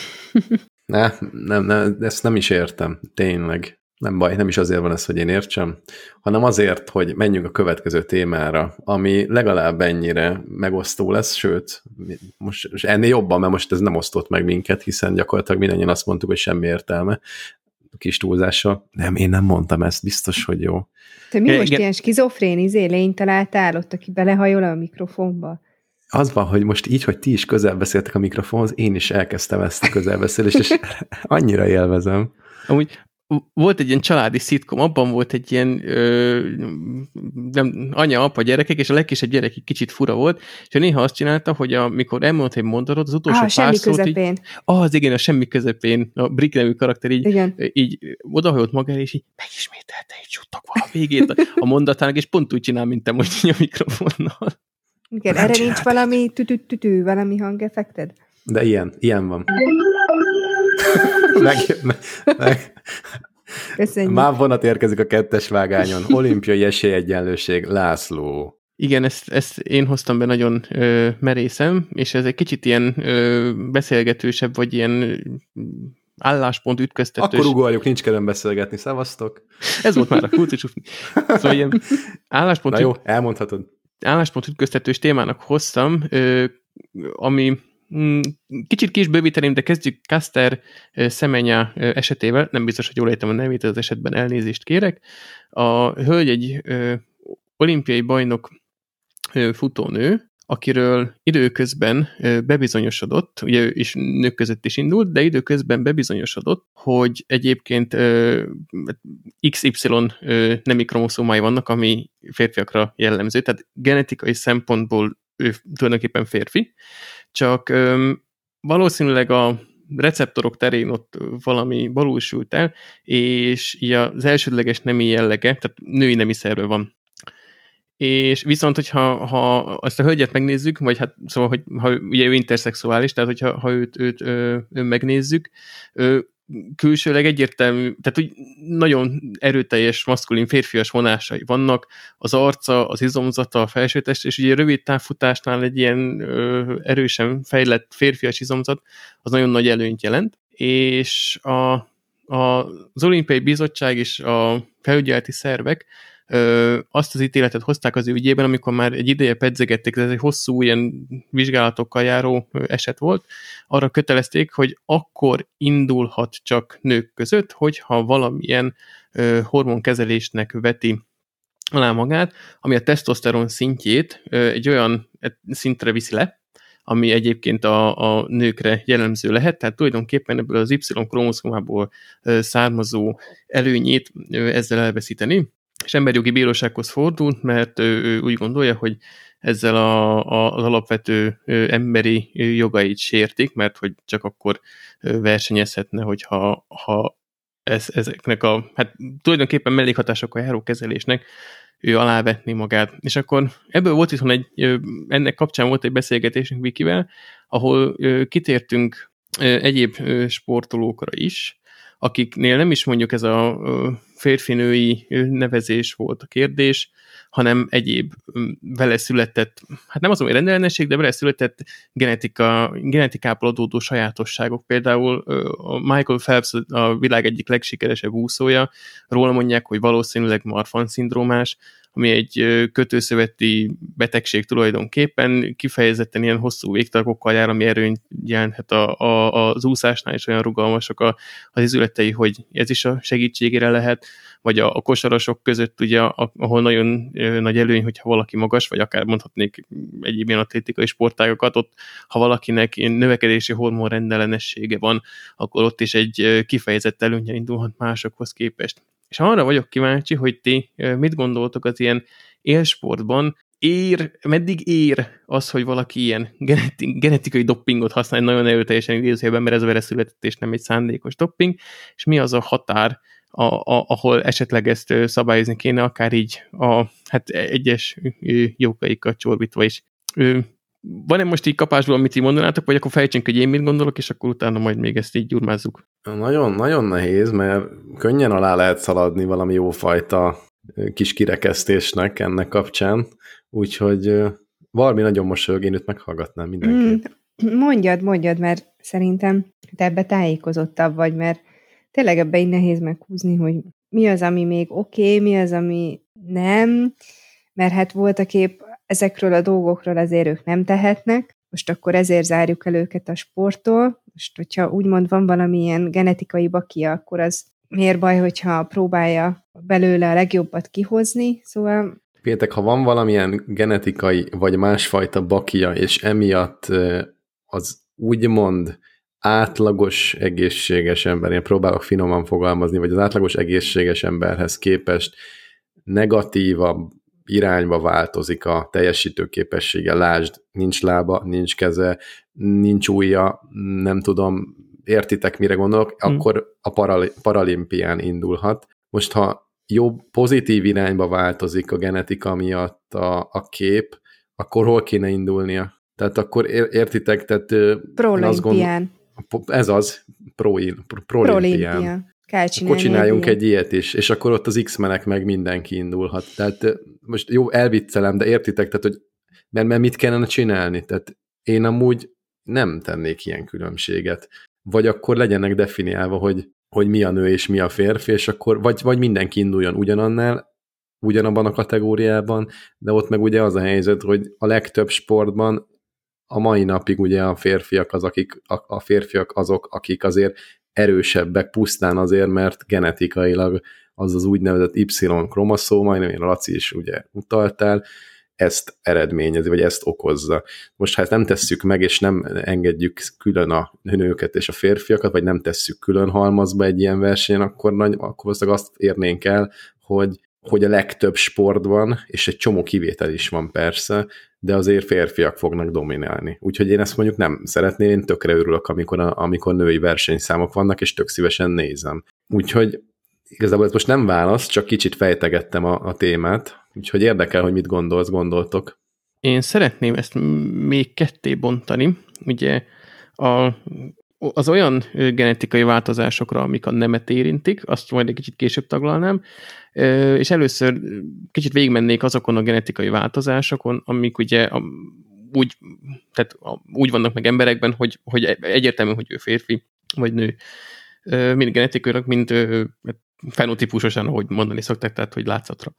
Ne, nem, nem, ezt nem is értem, tényleg. Nem baj, nem is azért van ez, hogy én értsem, hanem azért, hogy menjünk a következő témára, ami legalább ennyire megosztó lesz, sőt, most, most ennél jobban, mert most ez nem osztott meg minket, hiszen gyakorlatilag mindannyian azt mondtuk, hogy semmi értelme, kis túlzással. Nem, én nem mondtam ezt, biztos, hogy jó. Te mi most ilyen skizofrén izé lényt találtál ott, aki belehajol a mikrofonba? Az van, hogy most így, hogy ti is közel beszéltek a mikrofonhoz, én is elkezdtem ezt a közelbeszélést, és annyira élvezem. Amúgy volt egy ilyen családi szitkom, abban volt egy ilyen ö, nem, anya, apa, gyerekek, és a legkisebb gyerek egy kicsit fura volt, és néha azt csinálta, hogy amikor elmondta egy mondatot, az utolsó ah, pár semmi szót közepén. Így, ah, az igen, a semmi közepén, a Brick nevű karakter így, igen. így odahajolt magára, és így megismételte egy csutogva a végét a mondatának, és pont úgy csinál, mint te most így a mikrofonnal. Igen, erre nincs valami tütütütű, valami hangeffekted? De ilyen, ilyen van. meg, meg, meg. Köszönjük. Már vonat érkezik a kettes vágányon. Olimpiai esélyegyenlőség, László. Igen, ezt, ezt én hoztam be nagyon ö, merészem, és ez egy kicsit ilyen ö, beszélgetősebb, vagy ilyen álláspont ütköztetős. Akkor ugorjuk, nincs kedvem beszélgetni, szevasztok. Ez volt már a kulcsúcsúfni. Szóval ilyen álláspont, Na jó, elmondhatod. álláspont ütköztetős témának hoztam, ö, ami kicsit ki is bővíteném, de kezdjük Caster Semenya esetével, nem biztos, hogy jól ejtem a nevét, az esetben elnézést kérek. A hölgy egy ö, olimpiai bajnok ö, futónő, akiről időközben ö, bebizonyosodott, ugye ő is nők között is indult, de időközben bebizonyosodott, hogy egyébként ö, iksz ipszilon ö, nemi kromoszómái vannak, ami férfiakra jellemző, tehát genetikai szempontból ő tulajdonképpen férfi, csak öm, valószínűleg a receptorok terén ott valami balulsult el, és így az elsődleges nemi jellege, tehát női nemi szerve van. És viszont, hogyha ha ezt a hölgyet megnézzük, vagy hát szóval, hogy ha, ugye ő interszexuális, tehát hogyha ha őt, őt ö, ö, megnézzük, ö, külsőleg egyértelmű, tehát úgy nagyon erőteljes, maszkulin, férfias vonásai vannak, az arca, az izomzata, a felsőtest, és ugye rövid távfutásnál egy ilyen ö, erősen fejlett férfias izomzat, az nagyon nagy előnyt jelent, és a, a, az Olimpiai Bizottság és a felügyeleti szervek ö, azt az ítéletet hozták az ő ügyében, amikor már egy ideje pedzegették, ez egy hosszú ilyen vizsgálatokkal járó eset volt, arra kötelezték, hogy akkor indulhat csak nők között, hogyha valamilyen ö, hormonkezelésnek veti alá magát, ami a tesztoszteron szintjét ö, egy olyan szintre viszi le, ami egyébként a, a nőkre jellemző lehet, tehát tulajdonképpen ebből az Y-kromoszómából ö, származó előnyét ö, ezzel elveszíteni, és emberjogi bírósághoz fordult, mert ő, ő úgy gondolja, hogy ezzel a, a, az alapvető ö, emberi jogait sértik, mert hogy csak akkor ö, versenyezhetne, hogyha ha ez, ezeknek a, hát tulajdonképpen mellékhatásokkal járó kezelésnek ő alávetni magát. És akkor ebből volt itthon egy, ö, ennek kapcsán volt egy beszélgetésünk Vikivel, ahol ö, kitértünk ö, egyéb ö, sportolókra is, akiknél nem is mondjuk ez a férfi-női nevezés volt a kérdés, hanem egyéb vele született, hát nem az, hogy rendellenesség, de vele született genetika, genetikából adódó sajátosságok. Például a Michael Phelps a világ egyik legsikeresebb úszója, róla mondják, hogy valószínűleg Marfan-szindrómás, ami egy kötőszöveti betegség tulajdonképpen, kifejezetten ilyen hosszú végtagokkal jár, ami erőnyt jelenthet a, a, az úszásnál, és olyan rugalmasak a, az izületei, hogy ez is a segítségére lehet, vagy a, a kosarasok között, ugye, ahol nagyon nagy előny, hogyha valaki magas, vagy akár mondhatnék egyéb ilyen atlétikai sportágokat, ott ha valakinek növekedési hormon rendellenessége van, akkor ott is egy kifejezett előnnyel indulhat másokhoz képest. És arra vagyok kíváncsi, hogy ti mit gondoltok az ilyen élsportban, ér, meddig ér az, hogy valaki ilyen geneti, genetikai doppingot használ, nagyon erőteljesen idézőjelben, mert ez vele született, és nem egy szándékos dopping, és mi az a határ, a, a, ahol esetleg ezt szabályozni kéne, akár így a hát egyes jogaikat csorbítva is. Van-e most így kapásból, amit így mondanátok, vagy akkor fejtsünk, hogy én mit gondolok, és akkor utána majd még ezt így gyurmázzuk. Nagyon, nagyon nehéz, mert könnyen alá lehet szaladni valami jófajta kis kirekesztésnek ennek kapcsán, úgyhogy valami nagyon mosolyog, én őt meghallgatnám mindenképp. Mm, mondjad, mondjad, mert szerintem te ebbe tájékozottabb vagy, mert tényleg ebbe így nehéz meghúzni, hogy mi az, ami még oké, okay, mi az, ami nem, mert hát voltak épp ezekről a dolgokról azért ők nem tehetnek, most akkor ezért zárjuk el őket a sporttól, most hogyha úgymond van valamilyen genetikai bakia, akkor az miért baj, hogyha próbálja belőle a legjobbat kihozni, szóval... Pétek, ha van valamilyen genetikai vagy másfajta bakia, és emiatt az úgymond átlagos egészséges ember, én próbálok finoman fogalmazni, vagy az átlagos egészséges emberhez képest negatívabb irányba változik a teljesítőképessége. Lásd, nincs lába, nincs keze, nincs ujja, nem tudom, értitek, mire gondolok, hmm. akkor a paral- paralimpián indulhat. Most, ha jobb, pozitív irányba változik a genetika miatt a, a kép, akkor hol kéne indulnia? Tehát akkor értitek, tehát... Prolimpián. Ez az, prolimpián. Pro akkor csináljunk egy ilyet is, és akkor ott az X-menek meg mindenki indulhat. Tehát most jó, elviccelem, de értitek, tehát, hogy mert, mert mit kellene csinálni? Tehát én amúgy nem tennék ilyen különbséget. Vagy akkor legyenek definiálva, hogy, hogy mi a nő és mi a férfi, és akkor vagy, vagy mindenki induljon ugyanannál, ugyanabban a kategóriában, de ott meg ugye az a helyzet, hogy a legtöbb sportban a mai napig ugye a férfiak, az, akik, a, a férfiak azok, akik azért erősebbek pusztán azért, mert genetikailag az az úgynevezett Y-kromoszóm, majdnem én a Laci is ugye utaltál, ezt eredményezi, vagy ezt okozza. Most ha ezt nem tesszük meg, és nem engedjük külön a nőket és a férfiakat, vagy nem tesszük külön halmazba egy ilyen versenyen, akkor, nagy, akkor azt érnénk el, hogy, hogy a legtöbb sportban, és egy csomó kivétel is van persze, de azért férfiak fognak dominálni. Úgyhogy én ezt mondjuk nem szeretném, én tökre örülök, amikor, a, amikor női versenyszámok vannak, és tök szívesen nézem. Úgyhogy igazából ez most nem válasz, csak kicsit fejtegettem a, a témát, úgyhogy érdekel, hogy mit gondolsz, gondoltok. Én szeretném ezt még ketté bontani. Ugye a, az olyan genetikai változásokra, amik a nemet érintik, azt majd egy kicsit később taglalnám, és először kicsit végigmennék azokon a genetikai változásokon, amik ugye úgy, tehát úgy vannak meg emberekben, hogy, hogy egyértelmű, hogy ő férfi vagy nő. Mind genetikailag, mind fenotípusosan, ahogy mondani szokták, tehát hogy látszatra.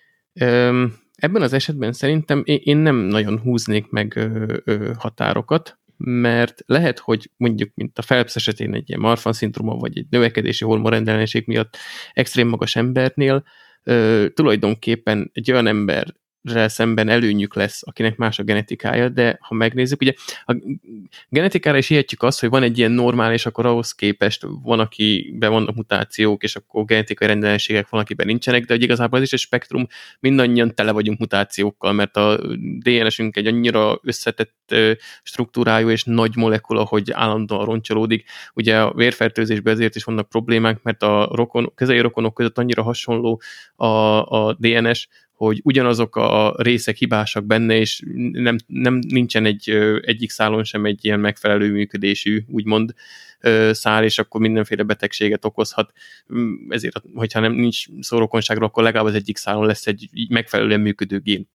Ebben az esetben szerintem én nem nagyon húznék meg határokat, mert lehet, hogy mondjuk, mint a Phelps esetén egy ilyen Marfan-szindróma, vagy egy növekedési hormonrendellenesség miatt extrém magas embernél tulajdonképpen egy olyan ember szemben előnyük lesz, akinek más a genetikája, de ha megnézzük, ugye a genetikára is hihetjük azt, hogy van egy ilyen normál, és akkor ahhoz képest van, akiben vannak mutációk, és akkor genetikai rendellenségek van, akiben nincsenek, de hogy igazából ez is egy spektrum, mindannyian tele vagyunk mutációkkal, mert a dé en es-ünk egy annyira összetett struktúrájú és nagy molekula, hogy állandóan roncsolódik. Ugye a vérfertőzésben ezért is vannak problémák, mert a rokon, közeli rokonok között annyira hasonló a, a dé en es, hogy ugyanazok a részek hibásak benne, és nem, nem nincsen egy, egyik szálon sem egy ilyen megfelelő működésű, úgymond szál, és akkor mindenféle betegséget okozhat. Ezért, hogyha nem nincs szórokonságra, akkor legalább az egyik szálon lesz egy megfelelően működő gén.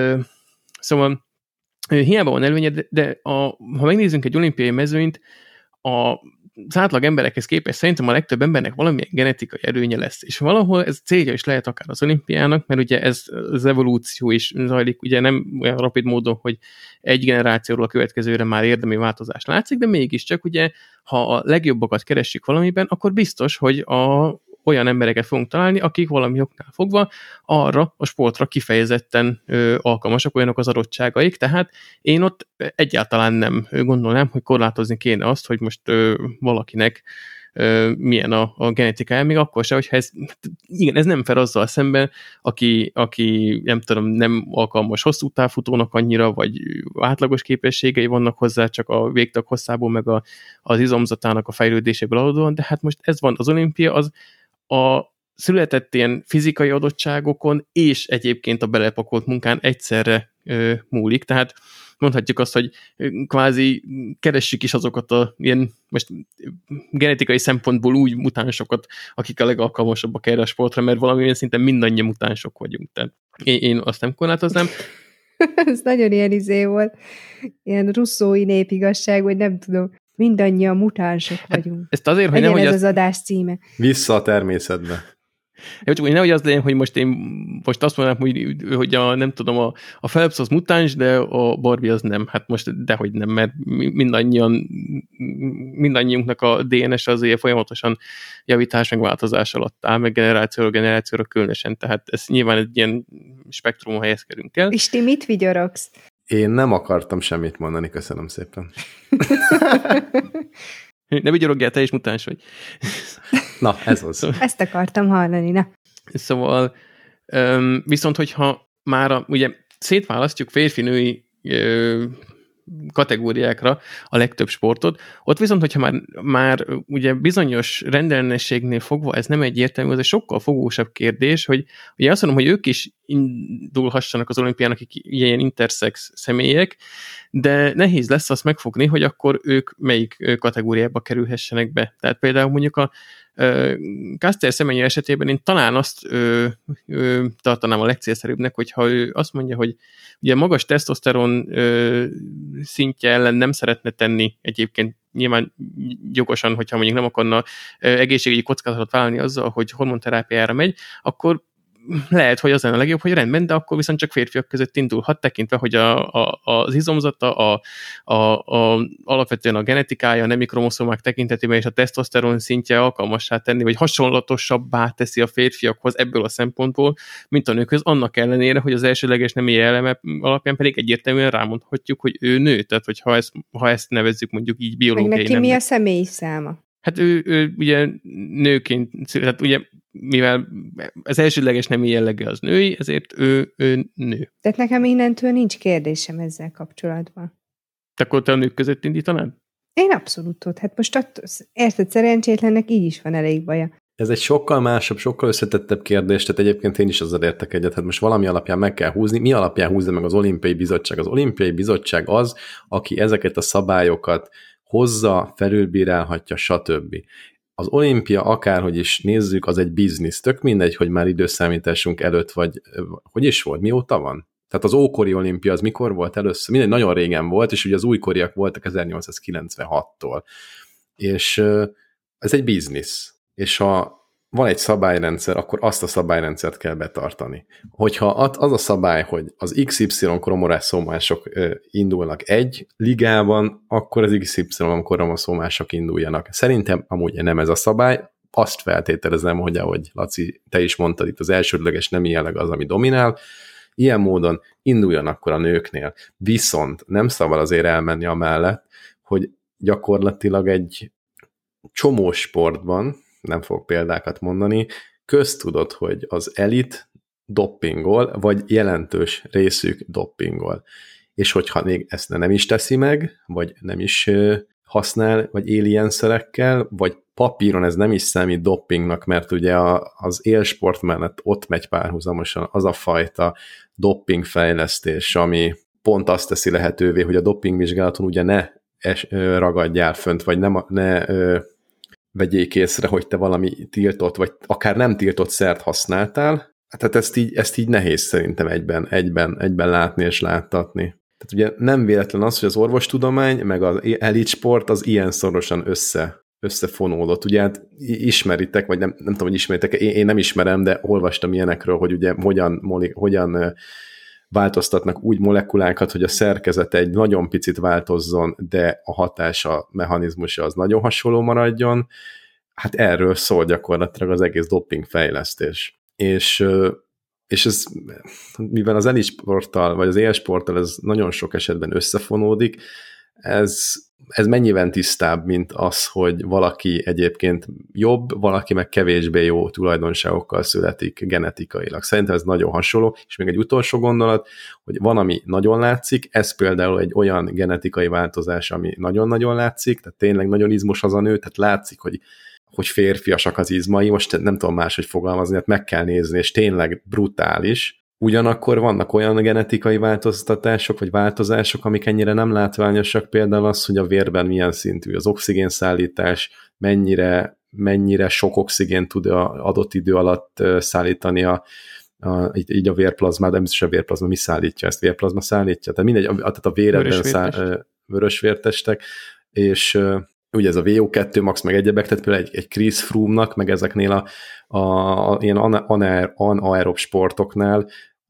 Szóval hiába van előnye, de, de a, ha megnézzünk egy olimpiai mezőnyt, a az átlag emberekhez képest szerintem a legtöbb embernek valamilyen genetikai erőnye lesz, és valahol ez célja is lehet akár az olimpiának, mert ugye ez az evolúció is zajlik, ugye nem olyan rapid módon, hogy egy generációról a következőre már érdemi változás látszik, de mégiscsak ugye, ha a legjobbakat keressük valamiben, akkor biztos, hogy a olyan embereket fogunk találni, akik valami oknál fogva arra a sportra kifejezetten ö, alkalmasak, olyanok az adottságaik, tehát én ott egyáltalán nem gondolnám, hogy korlátozni kéne azt, hogy most ö, valakinek ö, milyen a, a genetikája, még akkor se, hogyha ez, igen, ez nem fel azzal szemben, aki, aki nem tudom, nem alkalmas hosszú távfutónak annyira, vagy átlagos képességei vannak hozzá, csak a végtag hosszából, meg a, az izomzatának a fejlődéséből adódóan, de hát most ez van, az olimpia, az a született ilyen fizikai adottságokon és egyébként a belepakolt munkán egyszerre ö, múlik, tehát mondhatjuk azt, hogy kvázi keressük is azokat a ilyen most genetikai szempontból úgy mutánsokat, akik a legalkalmasabbak erre a sportra, mert valamilyen szinten mindannyian mutánsok vagyunk, tehát én, én azt nem korlátoznám. Ez nagyon ilyen izé volt, ilyen russzói népigasság, vagy nem tudom. Mindannyian mutánsok vagyunk. Ezt azért, hogy nehogy ez az... az adás címe. Vissza a természetbe. Jó, csak hogy nehogy az legyen, hogy most én most azt mondanám, hogy, hogy a, nem tudom, a, a Phelps az mutáns, de a Barbie az nem. Hát most dehogy nem, mert mindannyian, mindannyiunknak a dé en es azért folyamatosan javítás meg változás alatt áll, meg generációra generációra különösen. Tehát ez nyilván egy ilyen spektrumon helyezkedünk el. És ti mit vigyorogsz? Én nem akartam semmit mondani, köszönöm szépen. Ne vigyorogjál, te is mutáns vagy. Na, ez az. Ezt akartam hallani, na. Szóval viszont, hogyha már a, ugye szétválasztjuk férfi-női kategóriákra a legtöbb sportot, ott viszont, hogyha már, már ugye bizonyos rendellenességnél fogva ez nem egyértelmű, az egy sokkal fogósabb kérdés, hogy ugye azt mondom, hogy ők is indulhassanak az olimpián, akik ilyen intersex személyek, de nehéz lesz azt megfogni, hogy akkor ők melyik kategóriába kerülhessenek be. Tehát például mondjuk a Caster Semenya esetében én talán azt ö, ö, tartanám a legcélszerűbbnek, hogyha ő azt mondja, hogy ugye magas tesztoszteron ö, szintje ellen nem szeretne tenni egyébként nyilván jogosan, hogyha mondjuk nem akarna ö, egészségügyi kockázatot vállalni azzal, hogy hormonterápiára megy, akkor lehet, hogy az lenne a legjobb, hogy rendben, de akkor viszont csak férfiak között indulhat, tekintve, hogy a, a, az izomzata, a, a, a, alapvetően a genetikája, a nemi kromoszómák tekintetében és a tesztoszteron szintje alkalmassá tenni, vagy hasonlatosabbá teszi a férfiakhoz ebből a szempontból, mint a nőkhöz, annak ellenére, hogy az elsőleges nemi eleme alapján pedig egyértelműen rámondhatjuk, hogy ő nő, tehát hogy ha ezt, ha ezt nevezzük mondjuk így biológiai nemnek. Meg neki nemnek. mi a személyi száma? Hát ő, ő ugye nőként, tehát ugye mivel az elsődleges nemi jellege az női, ezért ő, ő nő. Tehát nekem innentől nincs kérdésem ezzel kapcsolatban. Te akkor te a nők között indítanád? Én abszolút ott. Hát most attól, érted, szerencsétlennek így is van elég baja. Ez egy sokkal másabb, sokkal összetettebb kérdés, tehát egyébként én is azzal értek egyet, hát most valami alapján meg kell húzni. Mi alapján húzza meg az Olimpiai Bizottság? Az Olimpiai Bizottság az, aki ezeket a szabályokat hozza, felülbírálhatja, stb. Az olimpia, akárhogy is nézzük, az egy biznisz. Tök mindegy, hogy már időszámításunk előtt, vagy hogy is volt, mióta van? Tehát az ókori olimpia az mikor volt először? Mindegy, nagyon régen volt, és ugye az újkoriak voltak ezernyolcszázkilencvenhattól. És ez egy biznisz. És ha van egy szabályrendszer, akkor azt a szabályrendszert kell betartani. Hogyha az a szabály, hogy az iksz ipszilon kromosómások indulnak egy ligában, akkor az iksz ipszilon kromosómások induljanak. Szerintem amúgy nem ez a szabály, azt feltételezem, hogy ahogy Laci, te is mondtad, itt az elsődleges nemi jelleg az, ami dominál, ilyen módon induljon akkor a nőknél. Viszont nem szabad azért elmenni amellett, hogy gyakorlatilag egy csomó sportban, nem fogok példákat mondani, köztudott, hogy az elit doppingol, vagy jelentős részük doppingol. És hogyha még ezt nem is teszi meg, vagy nem is használ, vagy él ilyen szerekkel, vagy papíron ez nem is számít doppingnak, mert ugye az élsport mellett ott megy párhuzamosan az a fajta doppingfejlesztés, ami pont azt teszi lehetővé, hogy a dopingvizsgálaton ugye ne es, ragadjál fönt, vagy nem, ne vegyék észre, hogy te valami tiltott, vagy akár nem tiltott szert használtál. Tehát ezt így, ezt így nehéz szerintem egyben, egyben, egyben látni és láttatni. Tehát ugye nem véletlen az, hogy az orvostudomány, meg az elitsport az ilyen szorosan össze, összefonódott. Ugye hát ismeritek, vagy nem, nem tudom, hogy ismeritek, én, én nem ismerem, de olvastam ilyenekről, hogy ugye hogyan, hogyan változtatnak úgy molekulákat, hogy a szerkezete egy nagyon picit változzon, de a hatása, mechanizmusa az nagyon hasonló maradjon. Hát erről szól gyakorlatilag az egész doping fejlesztés. És, és ez, mivel az elitsporttal, vagy az élsporttal ez nagyon sok esetben összefonódik, ez, ez mennyiben tisztább, mint az, hogy valaki egyébként jobb, valaki meg kevésbé jó tulajdonságokkal születik genetikailag. Szerintem ez nagyon hasonló, és még egy utolsó gondolat, hogy van, ami nagyon látszik, ez például egy olyan genetikai változás, ami nagyon-nagyon látszik, tehát tényleg nagyon izmos az a nő, tehát látszik, hogy hogy férfiasak az izmai, most nem tudom máshogy fogalmazni, hát meg kell nézni, és tényleg brutális. Ugyanakkor vannak olyan genetikai változtatások, vagy változások, amik ennyire nem látványosak, például az, hogy a vérben milyen szintű az oxigénszállítás, mennyire, mennyire sok oxigént tud a adott idő alatt szállítani a, a, így a vérplazmát, nem biztos a vérplazma, mi szállítja ezt? Vérplazma szállítja? Tehát mindegy, tehát a véredben száll, vörösvértestek, és ugye ez a vé o kettő max, meg egyebek, tehát például egy, egy Chris Froome-nak, meg ezeknél a, a, a ilyen anaerob sportoknál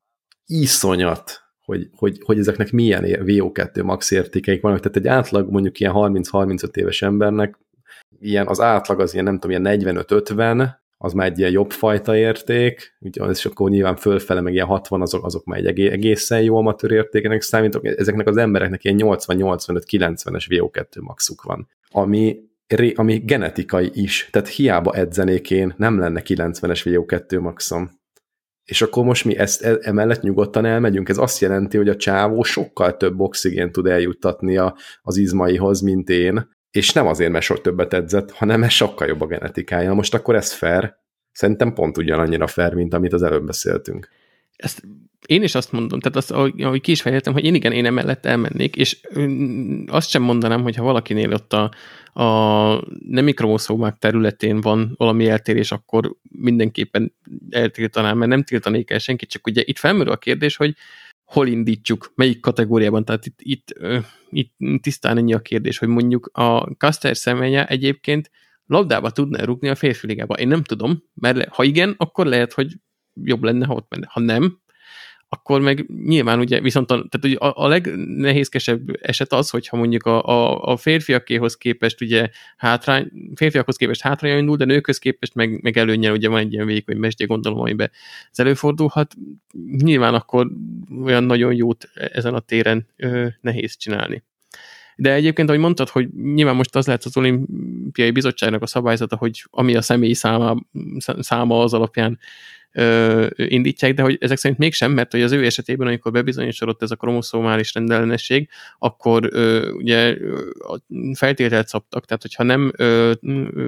iszonyat, hogy, hogy, hogy ezeknek milyen vé o kettő max értékeik vannak, tehát egy átlag mondjuk ilyen harminc-harmincöt éves embernek, ilyen az átlag az ilyen nem tudom, ilyen negyvenöt ötven, az már egy ilyen jobb fajta érték, ugye, és akkor nyilván fölfele meg ilyen hatvan, azok, azok már egy egészen jó amatőr értékenek számítok, ezeknek az embereknek ilyen nyolcvan-nyolcvanöt-kilencvenes vé o kettő maxuk van, ami ami genetikai is, tehát hiába edzenék én, nem lenne kilencvenes vé o kettő maxom. És akkor most mi ezt emellett nyugodtan elmegyünk, ez azt jelenti, hogy a csávó sokkal több oxigént tud eljuttatni a, az izmaihoz, mint én, és nem azért, mert sok többet edzett, hanem mert sokkal jobb a genetikája. Most akkor ez fair? Szerintem pont ugyanannyira fair, mint amit az előbb beszéltünk. Ezt én is azt mondom, tehát azt, ahogy, ahogy ki is fejtettem, hogy én igen, én emellett elmennék, és azt sem mondanám, hogy ha valakinél ott a, a nemi kromoszómák területén van valami eltérés, akkor mindenképpen eltiltanám, mert nem tiltanék el senkit, csak ugye itt felmerül a kérdés, hogy hol indítsuk, melyik kategóriában, tehát itt, itt, itt tisztán ennyi a kérdés, hogy mondjuk a Caster Semenya egyébként labdába tudna rúgni a férfi ligába. Én nem tudom, mert ha igen, akkor lehet, hogy jobb lenne, ha ott menne. Ha nem, akkor meg nyilván ugye viszont a, tehát ugye a, a legnehézkesebb eset az, hogyha mondjuk a, a, a férfiakéhoz képest ugye hátrány, férfiakhoz képest hátrányra indul, de nőkhöz képest meg, meg előnnyel ugye van egy ilyen vékony mesdje, gondolom, amiben ez előfordulhat. Nyilván akkor olyan nagyon jót ezen a téren ö, nehéz csinálni. De egyébként, ahogy mondtad, hogy nyilván most az lehet az olimpiai bizottságnak a szabályzata, hogy ami a személyi száma, száma az alapján ö, indítják, de hogy ezek szerint mégsem, mert hogy az ő esetében, amikor bebizonyosodott ez a kromoszómális rendellenesség, akkor ö, ugye feltételt szabtak, tehát hogyha nem ö, ö,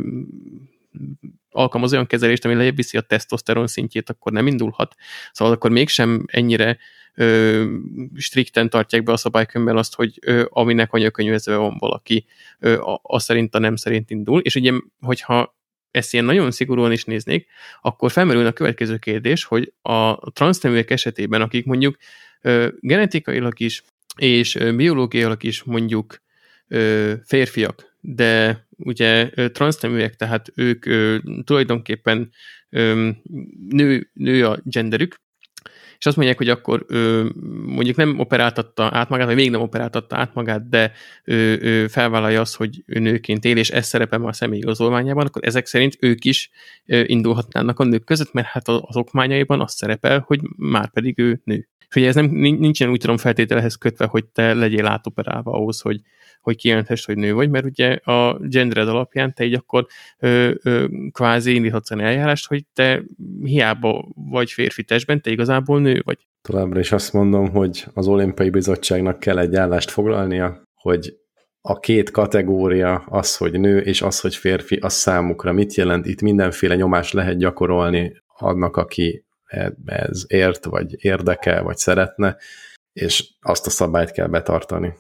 alkalmaz olyan kezelést, ami lejjebb viszi a tesztoszteron szintjét, akkor nem indulhat. Szóval akkor mégsem ennyire ö, strikten tartják be a szabálykönyvben azt, hogy ö, aminek anyakönyvezve van valaki, ö, az szerint a nem szerint indul. És ugye, hogyha ezt ilyen nagyon szigorúan is néznék, akkor felmerülne a következő kérdés, hogy a transzneműek esetében, akik mondjuk ö, genetikailag is és ö, biológiailag is mondjuk ö, férfiak, de ugye transzneműek, tehát ők ö, tulajdonképpen ö, nő, nő a genderük, és azt mondják, hogy akkor ö, mondjuk nem operáltatta át magát, vagy még nem operáltatta át magát, de ö, ö, felvállalja azt, hogy ő nőként él, és ez szerepel már a személyigazolványában, akkor ezek szerint ők is ö, indulhatnának a nők között, mert hát az okmányaiban az szerepel, hogy már pedig ő nő. És ugye ez nem, nincsen úgy tudom feltételhez kötve, hogy te legyél átoperálva ahhoz, hogy, hogy kijelenthess, hogy nő vagy, mert ugye a gendered alapján te így akkor ö, ö, kvázi indíthatsz egy eljárást, hogy te hiába vagy férfi testben, te igazából nő vagy. Továbbra is azt mondom, hogy az Olimpiai Bizottságnak kell egy állást foglalnia, hogy a két kategória, az, hogy nő, és az, hogy férfi, az számukra mit jelent. Itt mindenféle nyomást lehet gyakorolni annak, aki ez ért, vagy érdekel, vagy szeretne, és azt a szabályt kell betartani.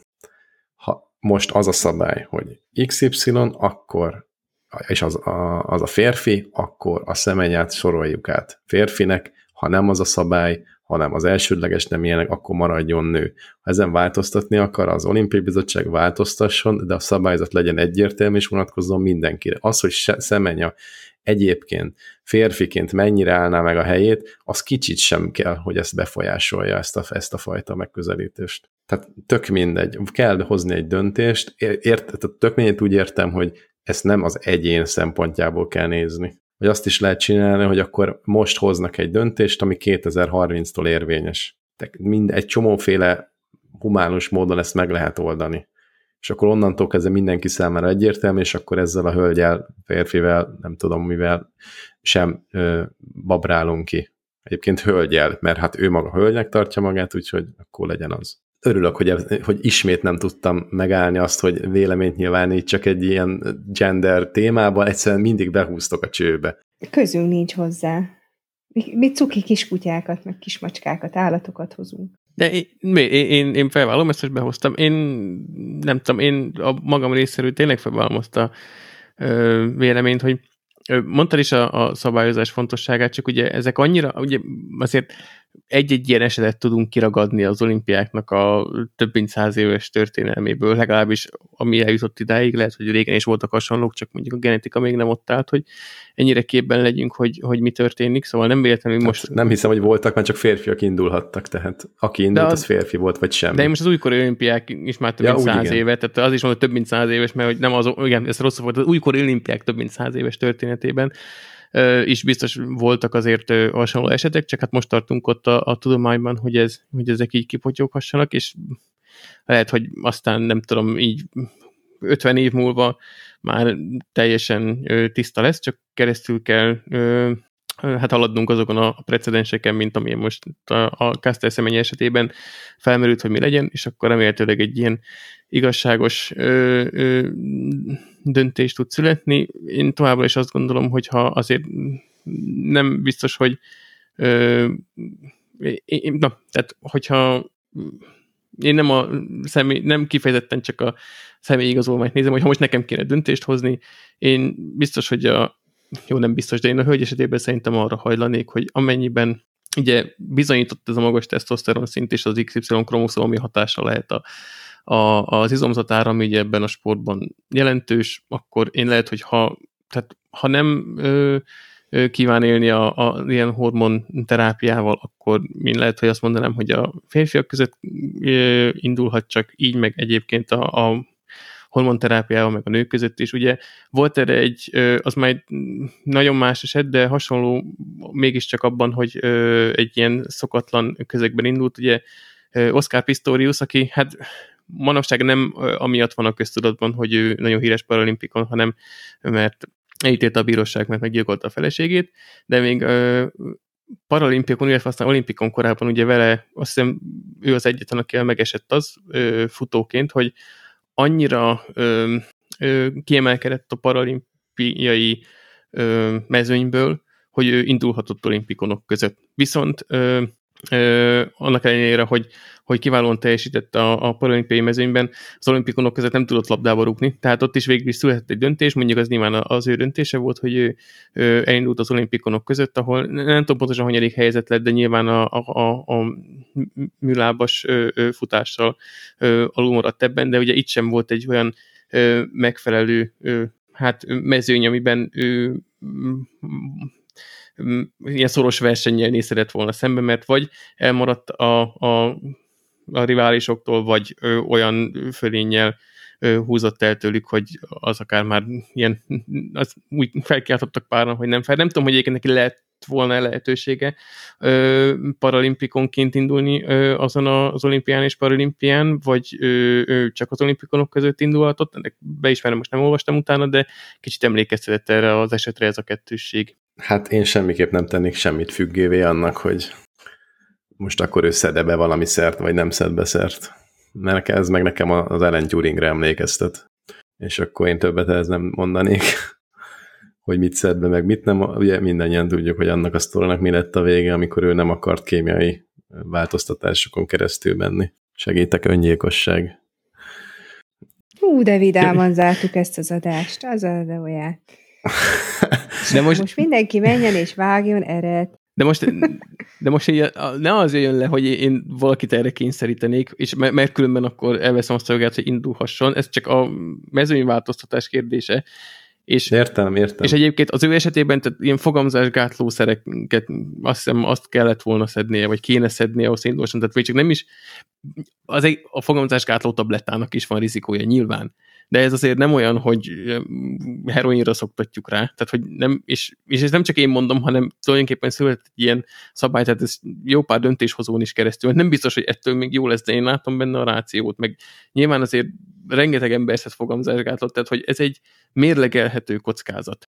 Ha most az a szabály, hogy iksz ipszilon, akkor, és az a, az a férfi, akkor a Semenyát soroljuk át férfinek, ha nem az a szabály, hanem az elsődleges nem ilyenek, akkor maradjon nő. Ha ezen változtatni akar, az Olimpiai Bizottság változtasson, de a szabályzat legyen egyértelmű, és vonatkozzon mindenkire. Az, hogy Semenya egyébként férfiként mennyire állná meg a helyét, az kicsit sem kell, hogy ezt befolyásolja, ezt a, ezt a fajta megközelítést. Tehát tök mindegy. Kell hozni egy döntést. Ért, tök mindegy, úgy értem, hogy ezt nem az egyén szempontjából kell nézni. Vagy azt is lehet csinálni, hogy akkor most hoznak egy döntést, ami kétezer-harminctól érvényes. Tehát mind, egy csomóféle humánus módon ezt meg lehet oldani. És akkor onnantól kezdve mindenki számára egyértelmű, és akkor ezzel a hölgyel, férfivel, nem tudom mivel sem ö, babrálunk ki. Egyébként hölgyel, mert hát ő maga hölgynek tartja magát, úgyhogy akkor legyen az. Örülök, hogy, hogy ismét nem tudtam megállni azt, hogy véleményt nyilvánítsak egy ilyen gender témában, egyszerűen mindig behúztok a csőbe. Közünk nincs hozzá. Mi, mi cuki kiskutyákat, meg kismacskákat, állatokat hozunk. De én, én, én felvállalom, ezt most behoztam. Én nem tudom, én a magam részéről tényleg felvállalom azt a ö, véleményt, hogy mondtad is a, a szabályozás fontosságát, csak ugye ezek annyira, ugye azért egy-egy ilyen esetet tudunk kiragadni az olimpiáknak a több mint száz éves történelméből, legalábbis ami eljutott idáig, lehet, hogy régen is voltak hasonlók, csak mondjuk a genetika még nem ott állt, hogy ennyire képben legyünk, hogy, hogy mi történik, szóval nem véletlenül hát most... Nem hiszem, hogy voltak, mert csak férfiak indulhattak, tehát aki indult, az, az férfi volt, vagy sem. De most az újkori olimpiák is már több ja, mint száz éve, tehát az is mondom, több mint száz éves, mert hogy nem az, igen, ez rosszul volt, az újkori olimpiák több mint száz éves történetében is biztos voltak azért hasonló esetek, csak hát most tartunk ott a, a tudományban, hogy, ez, hogy ezek így kipotyoghassanak, és lehet, hogy aztán nem tudom, így ötven év múlva már teljesen ö, tiszta lesz, csak keresztül kell ö, hát haladnunk azokon a precedenseken, mint amilyen most a, a Caster Semenya esetében felmerült, hogy mi legyen, és akkor remélhetőleg egy ilyen igazságos ö, ö, döntést tud születni. Én továbbra is azt gondolom, hogyha azért nem biztos, hogy ö, én, na, tehát hogyha én nem, a személy, nem kifejezetten csak a személyi igazolványt nézem, hogy ha most nekem kéne döntést hozni, én biztos, hogy a jó, nem biztos, de én a hölgy esetében szerintem arra hajlanék, hogy amennyiben ugye bizonyított ez a magas tesztoszteron szint és az iksz ipszilon kromoszóm, ami hatása lehet a, a, az izomzatára, ami ugye ebben a sportban jelentős, akkor én lehet, hogy ha, tehát, ha nem ö, ö, kíván élni a, a ilyen hormonterápiával, akkor én lehet, hogy azt mondanám, hogy a férfiak között ö, indulhat csak így, meg egyébként a, a hormonterápiával, meg a nők között is. Ugye volt erre egy, az már nagyon más eset, de hasonló mégiscsak abban, hogy egy ilyen szokatlan közegben indult. Ugye Oscar Pistorius, aki hát manapság nem amiatt van a köztudatban, hogy ő nagyon híres paralimpikon, hanem mert elítélte a bíróság, mert meggyilkolta a feleségét, de még paralimpikon, illetve aztán olimpikon korábban ugye vele, azt hiszem ő az egyetlen, aki megesett az futóként, hogy annyira ö, ö, kiemelkedett a paralimpiai ö, mezőnyből, hogy ő indulhatott olimpikonok között. Viszont ö, ö, annak ellenére, hogy, hogy kiválóan teljesített a, a paralimpiai mezőnyben, az olimpikonok között nem tudott labdába rúgni, tehát ott is végül is született egy döntés, mondjuk az nyilván az ő döntése volt, hogy ő ö, elindult az olimpikonok között, ahol nem tudom pontosan, hogy elég helyzet lett, de nyilván a, a, a, a műlábas ö, ö, futással ö, alul maradt ebben, de ugye itt sem volt egy olyan ö, megfelelő ö, hát mezőny, amiben ő ilyen szoros versennyel nézhetett volna szembe, mert vagy elmaradt a, a, a riválisoktól, vagy ö, olyan fölénnyel ö, húzott el tőlük, hogy az akár már ilyen, az úgy felkiáltottak páran, hogy nem fel. Nem tudom, hogy egyébként neki lehet volna lehetősége ö, paralimpikonként indulni ö, azon az olimpián és paralimpián, vagy ö, ö, csak az olimpikonok között indulhatott. Ennek beismerem, most nem olvastam utána, de kicsit emlékeztetett erre az esetre ez a kettősség. Hát én semmiképp nem tennék semmit függővé annak, hogy most akkor ő szed-e be valami szert, vagy nem szed be szert. Mert ez meg nekem az Alan Turingre emlékeztet. És akkor én többet ez nem mondanék, hogy mit szed be, meg mit nem. Ugye mindannyian tudjuk, hogy annak a sztorinak mi lett a vége, amikor ő nem akart kémiai változtatásokon keresztül menni. Segítek, öngyilkosság. Hú, de vidáman zártuk ezt az adást. Az a de olyan. De most... most mindenki menjen és vágjon eret. De most, de most így, ne az jön le, hogy én valakit erre kényszerítenék, és mert különben akkor elveszem azt a jogát, hogy indulhasson. Ez csak a mezőnyváltoztatás kérdése. És, értem, értem. És egyébként az ő esetében tehát ilyen fogamzásgátlószereket azt hiszem azt kellett volna szednie, vagy kéne szednie, ahhoz indulhasson. Tehát vagy csak nem is, az egy, a fogamzásgátló tablettának is van rizikója nyilván. De ez azért nem olyan, hogy heroinra szoktatjuk rá, tehát hogy nem, és, és ez nem csak én mondom, hanem tulajdonképpen született egy ilyen szabály, tehát ez jó pár döntéshozón is keresztül. Nem biztos, hogy ettől még jó lesz, de én látom benne a rációt, meg nyilván azért rengeteg ember szed fogamzásgátlót, tehát hogy ez egy mérlegelhető kockázat.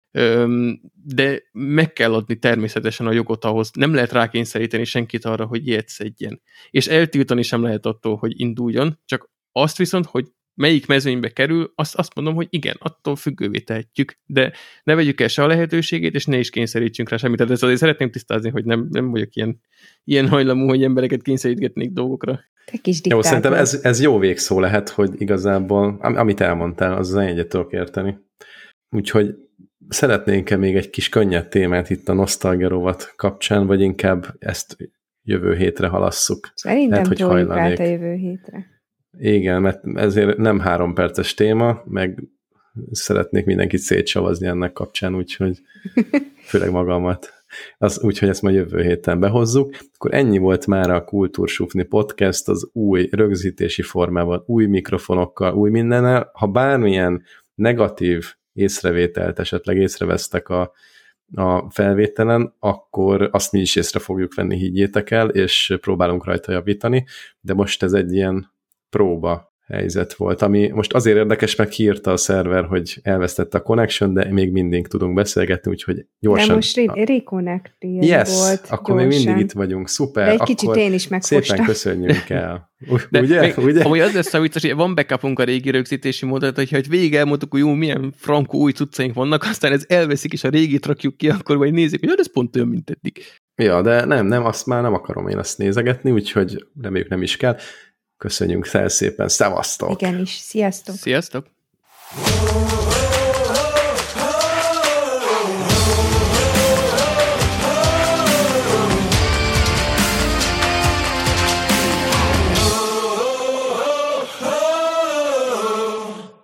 De meg kell adni természetesen a jogot ahhoz, nem lehet rákényszeríteni senkit arra, hogy ilyet szedjen. És eltiltani sem lehet attól, hogy induljon, csak azt viszont, hogy melyik mezőnybe kerül, azt, azt mondom, hogy igen, attól függővé tehetjük, de ne vegyük el se a lehetőségét, és ne is kényszerítsünk rá semmit. Tehát ezt azért szeretném tisztázni, hogy nem, nem vagyok ilyen, ilyen hajlamú, hogy embereket kényszerítgetnék dolgokra. Te kis jó, szerintem ez, ez jó végszó lehet, hogy igazából, amit elmondtál, az egyet tudok érteni. Úgyhogy szeretnénk-e még egy kis könnyed témát itt a Nostalgia rovat kapcsán, vagy inkább ezt jövő hétre halasszuk? Szerintem lehet, toljuk át a jövő hétre. Igen, mert ezért nem három perces téma, meg szeretnék mindenkit szétsavazni ennek kapcsán, úgyhogy főleg magamat. Az, úgyhogy ezt majd jövő héten behozzuk. Akkor ennyi volt már a Kultúrsufni podcast az új rögzítési formával, új mikrofonokkal, új mindennel. Ha bármilyen negatív észrevételt esetleg észrevesztek a, a felvételen, akkor azt mi is észre fogjuk venni, higgyétek el, és próbálunk rajta javítani, de most ez egy ilyen próba helyzet volt, ami most azért érdekes, meg kiírta a szerver, hogy elvesztette a connection, de még mindig tudunk beszélgetni, úgyhogy gyorsan. De most re- reconnected yes, volt akkor gyorsan. még mindig itt vagyunk, szuper. De egy akkor kicsit én is megfostam. Szépen köszönjünk el. De ugye? Még, ugye? Amúgy az lesz a vicces, hogy van backupunk a régi rögzítési módot, hogyha végig elmondtuk, hogy jó, milyen frankó új cuccaink vannak, aztán ez elveszik, és a régit rakjuk ki, akkor vagy nézzük, hogy ez pont olyan, mint eddig. Ja, de nem, nem, azt már nem akarom én azt nézegetni, úgyhogy reméljük nem is kell. Köszönjük fel szépen, szevasztok! Igenis, sziasztok! Sziasztok!